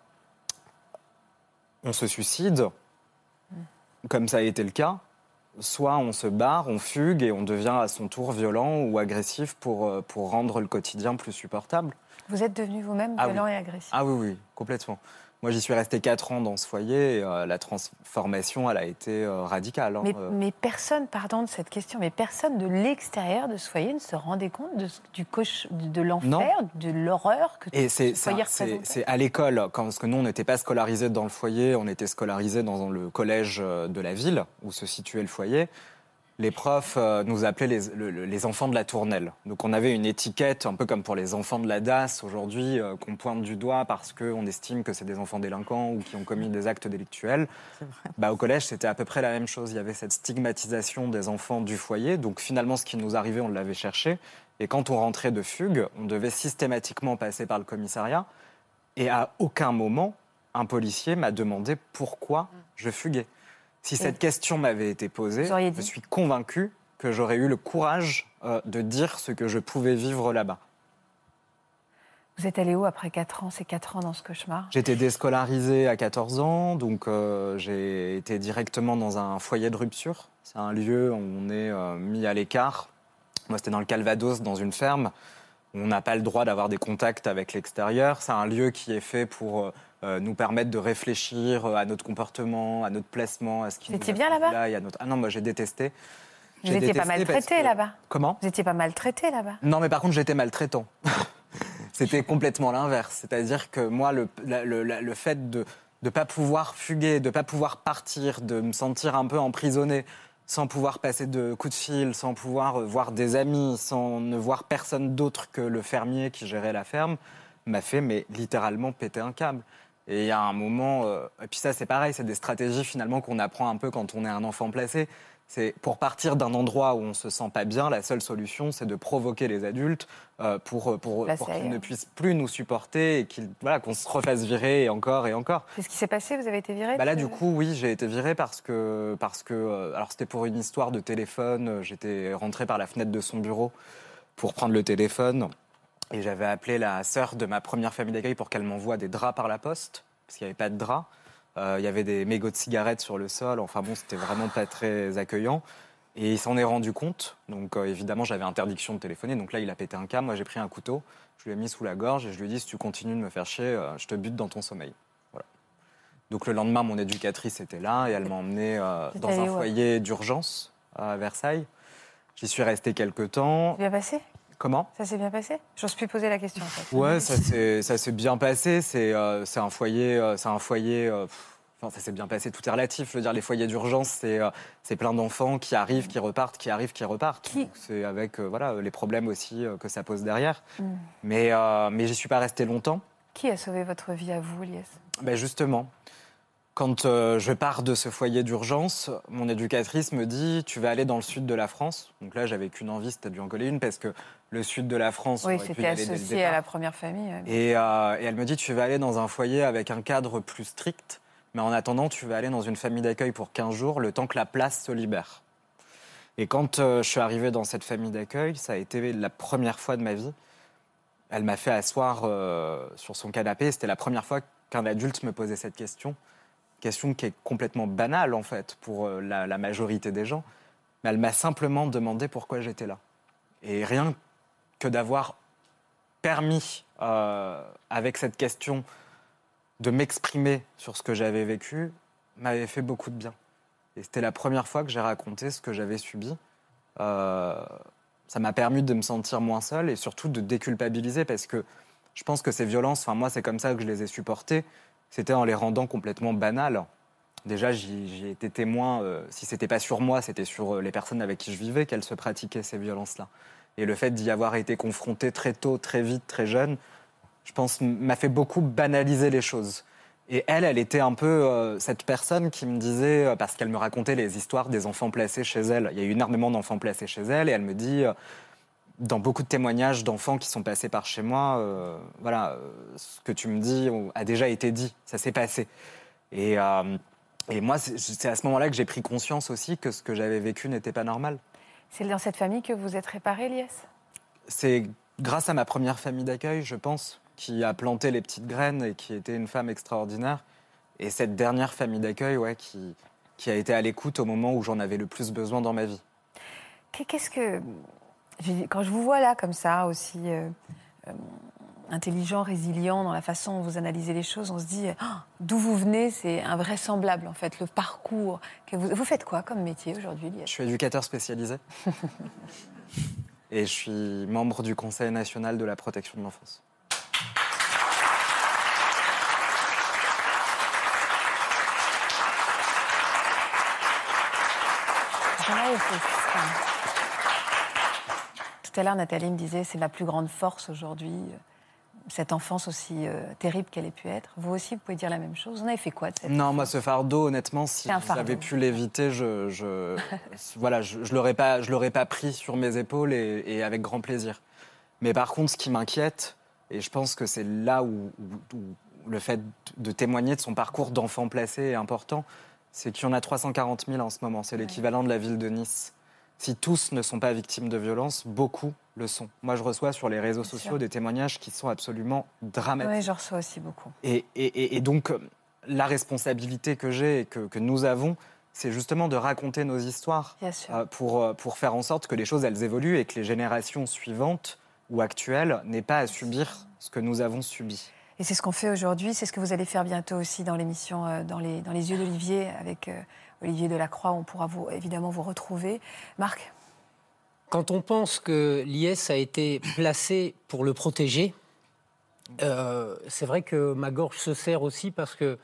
on se suicide, comme ça a été le cas, soit on se barre, on fugue et on devient à son tour violent ou agressif pour rendre le quotidien plus supportable. Vous êtes devenu vous-même violent et agressif ? Ah oui, complètement. Moi, j'y suis resté 4 ans dans ce foyer et la transformation, elle a été radicale. Hein. Mais personne, pardon de cette question, mais personne de l'extérieur de ce foyer ne se rendait compte de l'enfer, de l'horreur que ce foyer représentait ? C'est à l'école, parce que nous, on n'était pas scolarisés dans le foyer, on était scolarisés dans le collège de la ville où se situait le foyer. Les profs nous appelaient les enfants de la tournelle. Donc on avait une étiquette, un peu comme pour les enfants de la DAS aujourd'hui, qu'on pointe du doigt parce qu'on estime que c'est des enfants délinquants ou qui ont commis des actes délictuels. Au collège, c'était à peu près la même chose. Il y avait cette stigmatisation des enfants du foyer. Donc finalement, ce qui nous arrivait, on l'avait cherché. Et quand on rentrait de fugue, on devait systématiquement passer par le commissariat. Et à aucun moment, un policier m'a demandé pourquoi je fuguais. Si cette question m'avait été posée, je suis convaincu que j'aurais eu le courage de dire ce que je pouvais vivre là-bas. Vous êtes allé où après 4 ans, ces 4 ans dans ce cauchemar ? J'étais déscolarisé à 14 ans, donc j'ai été directement dans un foyer de rupture. C'est un lieu où on est mis à l'écart. Moi, c'était dans le Calvados, dans une ferme. On n'a pas le droit d'avoir des contacts avec l'extérieur. C'est un lieu qui est fait pour nous permettre de réfléchir à notre comportement, à notre placement, à ce qui nous étiez bien là-bas ? Ah non, moi j'ai détesté. Vous n'étiez pas maltraité là-bas ? Comment ? Vous n'étiez pas maltraité là-bas ? Non, mais par contre, j'étais maltraitant. C'était complètement l'inverse. C'est-à-dire que moi, le fait de ne pas pouvoir fuguer, de ne pas pouvoir partir, de me sentir un peu emprisonné, sans pouvoir passer de coups de fil, sans pouvoir voir des amis, sans ne voir personne d'autre que le fermier qui gérait la ferme, m'a fait littéralement péter un câble. Et il y a un moment... et puis ça, c'est pareil, c'est des stratégies finalement qu'on apprend un peu quand on est un enfant placé. C'est pour partir d'un endroit où on ne se sent pas bien, la seule solution, c'est de provoquer les adultes pour qu'ils ne puissent plus nous supporter et qu'on se refasse virer et encore et encore. Qu'est-ce qui s'est passé ? Vous avez été viré ? Là, du coup, oui, j'ai été viré parce que alors c'était pour une histoire de téléphone. J'étais rentré par la fenêtre de son bureau pour prendre le téléphone. Et j'avais appelé la sœur de ma première famille d'accueil pour qu'elle m'envoie des draps par la poste, parce qu'il n'y avait pas de draps. Il y avait des mégots de cigarettes sur le sol. Enfin bon, c'était vraiment pas très accueillant. Et il s'en est rendu compte. Donc évidemment, j'avais interdiction de téléphoner. Donc là, il a pété un câble. Moi, j'ai pris un couteau. Je lui ai mis sous la gorge et je lui ai dit, si tu continues de me faire chier, je te bute dans ton sommeil. Voilà. Donc le lendemain, mon éducatrice était là et elle m'a emmené dans un foyer d'urgence à Versailles. J'y suis resté quelques temps. Bien passé ? Comment ? Ça s'est bien passé ? J'ose plus poser la question en fait. Ouais, ça s'est bien passé. C'est un foyer. Ça s'est bien passé. Tout est relatif. Je veux dire, les foyers d'urgence, c'est plein d'enfants qui arrivent, qui repartent, qui arrivent, qui repartent. C'est avec les problèmes aussi que ça pose derrière. Mais j'y suis pas resté longtemps. Qui a sauvé votre vie à vous, Lies ? Justement. Quand je pars de ce foyer d'urgence, mon éducatrice me dit « Tu vas aller dans le sud de la France ». Donc là, j'avais qu'une envie, c'était de lui en coller une, parce que le sud de la France, oui, c'était associé à la première famille. Et elle me dit « Tu vas aller dans un foyer avec un cadre plus strict, mais en attendant, tu vas aller dans une famille d'accueil pour 15 jours, le temps que la place se libère ». Et quand je suis arrivé dans cette famille d'accueil, ça a été la première fois de ma vie. Elle m'a fait asseoir sur son canapé. C'était la première fois qu'un adulte me posait cette question. Question qui est complètement banale, en fait, pour la majorité des gens. Mais elle m'a simplement demandé pourquoi j'étais là. Et rien que d'avoir permis, avec cette question, de m'exprimer sur ce que j'avais vécu, m'avait fait beaucoup de bien. Et c'était la première fois que j'ai raconté ce que j'avais subi. Ça m'a permis de me sentir moins seul et surtout de déculpabiliser parce que je pense que ces violences, moi c'est comme ça que je les ai supportées, c'était en les rendant complètement banales. Déjà, j'y ai été témoin, si c'était pas sur moi, c'était sur les personnes avec qui je vivais qu'elles se pratiquaient ces violences-là. Et le fait d'y avoir été confronté très tôt, très vite, très jeune, je pense m'a fait beaucoup banaliser les choses. Et elle était un peu cette personne qui me disait, parce qu'elle me racontait les histoires des enfants placés chez elle. Il y a eu énormément d'enfants placés chez elle et elle me dit, dans beaucoup de témoignages d'enfants qui sont passés par chez moi, ce que tu me dis a déjà été dit, ça s'est passé. Et moi, c'est à ce moment-là que j'ai pris conscience aussi que ce que j'avais vécu n'était pas normal. C'est dans cette famille que vous êtes réparée, Lies ? C'est grâce à ma première famille d'accueil, je pense, qui a planté les petites graines et qui était une femme extraordinaire. Et cette dernière famille d'accueil, qui a été à l'écoute au moment où j'en avais le plus besoin dans ma vie. Qu'est-ce que... Quand je vous vois là, comme ça, aussi intelligent, résilient dans la façon dont vous analysez les choses, on se dit d'où vous venez, c'est invraisemblable, en fait, le parcours. Vous faites quoi comme métier aujourd'hui, Lies ? Je suis éducateur spécialisé. Et je suis membre du Conseil national de la protection de l'enfance. Tout à l'heure, Nathalie me disait, c'est ma plus grande force aujourd'hui, cette enfance aussi terrible qu'elle ait pu être. Vous aussi, vous pouvez dire la même chose. Vous en avez fait quoi de cette Non, enfance ? moi, ce fardeau, honnêtement, si j'avais pu l'éviter, je l'aurais pas pris sur mes épaules et avec grand plaisir. Mais par contre, ce qui m'inquiète, et je pense que c'est là où le fait de témoigner de son parcours d'enfant placé est important, c'est qu'il y en a 340 000 en ce moment. C'est l'équivalent de la ville de Nice. Si tous ne sont pas victimes de violences, beaucoup le sont. Moi, je reçois sur les réseaux sociaux des témoignages qui sont absolument dramatiques. Oui, j'en reçois aussi beaucoup. Et donc, la responsabilité que j'ai et que nous avons, c'est justement de raconter nos histoires pour faire en sorte que les choses, elles évoluent et que les générations suivantes ou actuelles n'aient pas à subir ce que nous avons subi. Et c'est ce qu'on fait aujourd'hui, c'est ce que vous allez faire bientôt aussi dans l'émission dans les yeux d'Olivier avec Olivier Delacroix, on pourra évidemment vous retrouver. Marc ? Quand on pense que Lies a été placé pour le protéger, c'est vrai que ma gorge se serre aussi parce que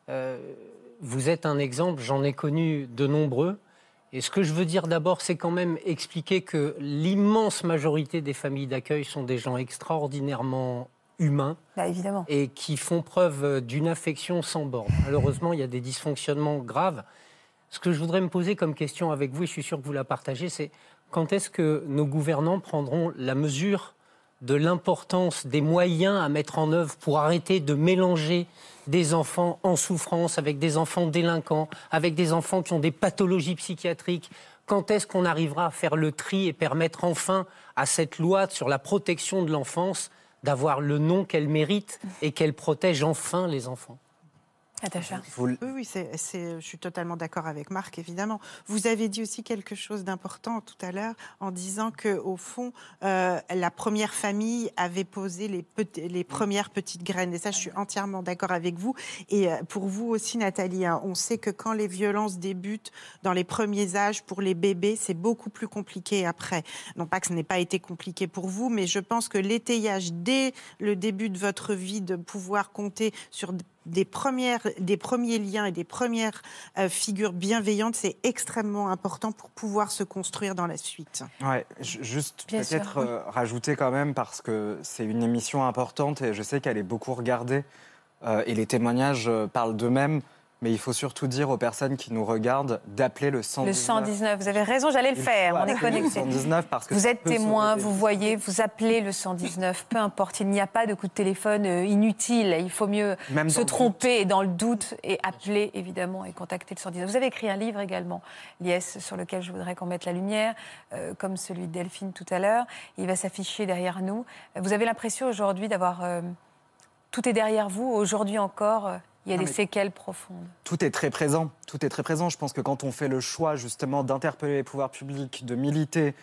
vous êtes un exemple, j'en ai connu de nombreux. Et ce que je veux dire d'abord, c'est quand même expliquer que l'immense majorité des familles d'accueil sont des gens extraordinairement humains évidemment. Et qui font preuve d'une affection sans borne. Malheureusement, il y a des dysfonctionnements graves. Ce que je voudrais me poser comme question avec vous, et je suis sûr que vous la partagez, c'est quand est-ce que nos gouvernants prendront la mesure de l'importance des moyens à mettre en œuvre pour arrêter de mélanger des enfants en souffrance avec des enfants délinquants, avec des enfants qui ont des pathologies psychiatriques. Quand est-ce qu'on arrivera à faire le tri et permettre enfin à cette loi sur la protection de l'enfance d'avoir le nom qu'elle mérite et qu'elle protège enfin les enfants ? Natacha. Oui, je suis totalement d'accord avec Marc, évidemment. Vous avez dit aussi quelque chose d'important tout à l'heure en disant qu'au fond, la première famille avait posé les premières petites graines. Et ça, je suis entièrement d'accord avec vous. Et pour vous aussi, Nathalie, on sait que quand les violences débutent dans les premiers âges, pour les bébés, c'est beaucoup plus compliqué après. Non pas que ce n'ait pas été compliqué pour vous, mais je pense que l'étayage dès le début de votre vie, de pouvoir compter sur des premiers liens et des premières figures bienveillantes, c'est extrêmement important pour pouvoir se construire dans la suite. Ouais, juste peut-être rajouter quand même, parce que c'est une émission importante et je sais qu'elle est beaucoup regardée et les témoignages parlent d'eux-mêmes. Mais il faut surtout dire aux personnes qui nous regardent d'appeler le 119. Le 119, vous avez raison, j'allais le faire, on est connectés. 119 parce que vous êtes témoin, vous voyez, vous appelez le 119, peu importe, il n'y a pas de coup de téléphone inutile, il faut mieux se tromper dans le doute et appeler évidemment et contacter le 119. Vous avez écrit un livre également, Lies, sur lequel je voudrais qu'on mette la lumière, comme celui de Delphine tout à l'heure, il va s'afficher derrière nous. Vous avez l'impression aujourd'hui d'avoir... tout est derrière vous, aujourd'hui encore... Il y a des séquelles profondes. Tout est très présent. Tout est très présent. Je pense que quand on fait le choix justement d'interpeller les pouvoirs publics, de militer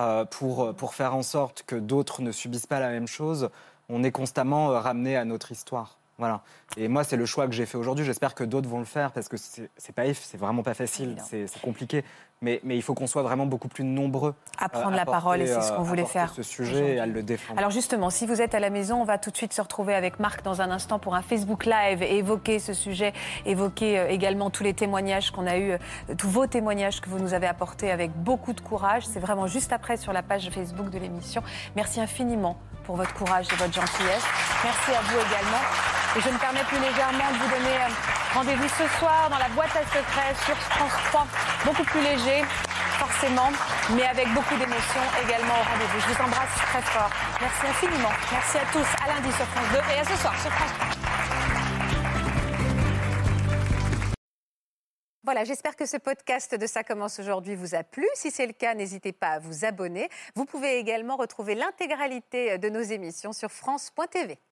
pour faire en sorte que d'autres ne subissent pas la même chose, on est constamment ramené à notre histoire. Voilà. Et moi, c'est le choix que j'ai fait aujourd'hui. J'espère que d'autres vont le faire parce que c'est vraiment pas facile, c'est compliqué. Mais il faut qu'on soit vraiment beaucoup plus nombreux à prendre la parole, et c'est ce qu'on voulait faire ce sujet et à le défendre. Alors justement, si vous êtes à la maison, on va tout de suite se retrouver avec Marc dans un instant pour un Facebook Live et évoquer ce sujet, évoquer également tous les témoignages qu'on a eus, tous vos témoignages que vous nous avez apportés avec beaucoup de courage. C'est vraiment juste après sur la page Facebook de l'émission. Merci infiniment pour votre courage et votre gentillesse. Merci à vous également. Et je me permets plus légèrement de vous donner rendez-vous ce soir dans la boîte à secrets sur France 3. Beaucoup plus léger, forcément, mais avec beaucoup d'émotion également au rendez-vous. Je vous embrasse très fort. Merci infiniment. Merci à tous. À lundi sur France 2 et à ce soir sur France 3. Voilà, j'espère que ce podcast de Ça commence aujourd'hui vous a plu. Si c'est le cas, n'hésitez pas à vous abonner. Vous pouvez également retrouver l'intégralité de nos émissions sur France.tv.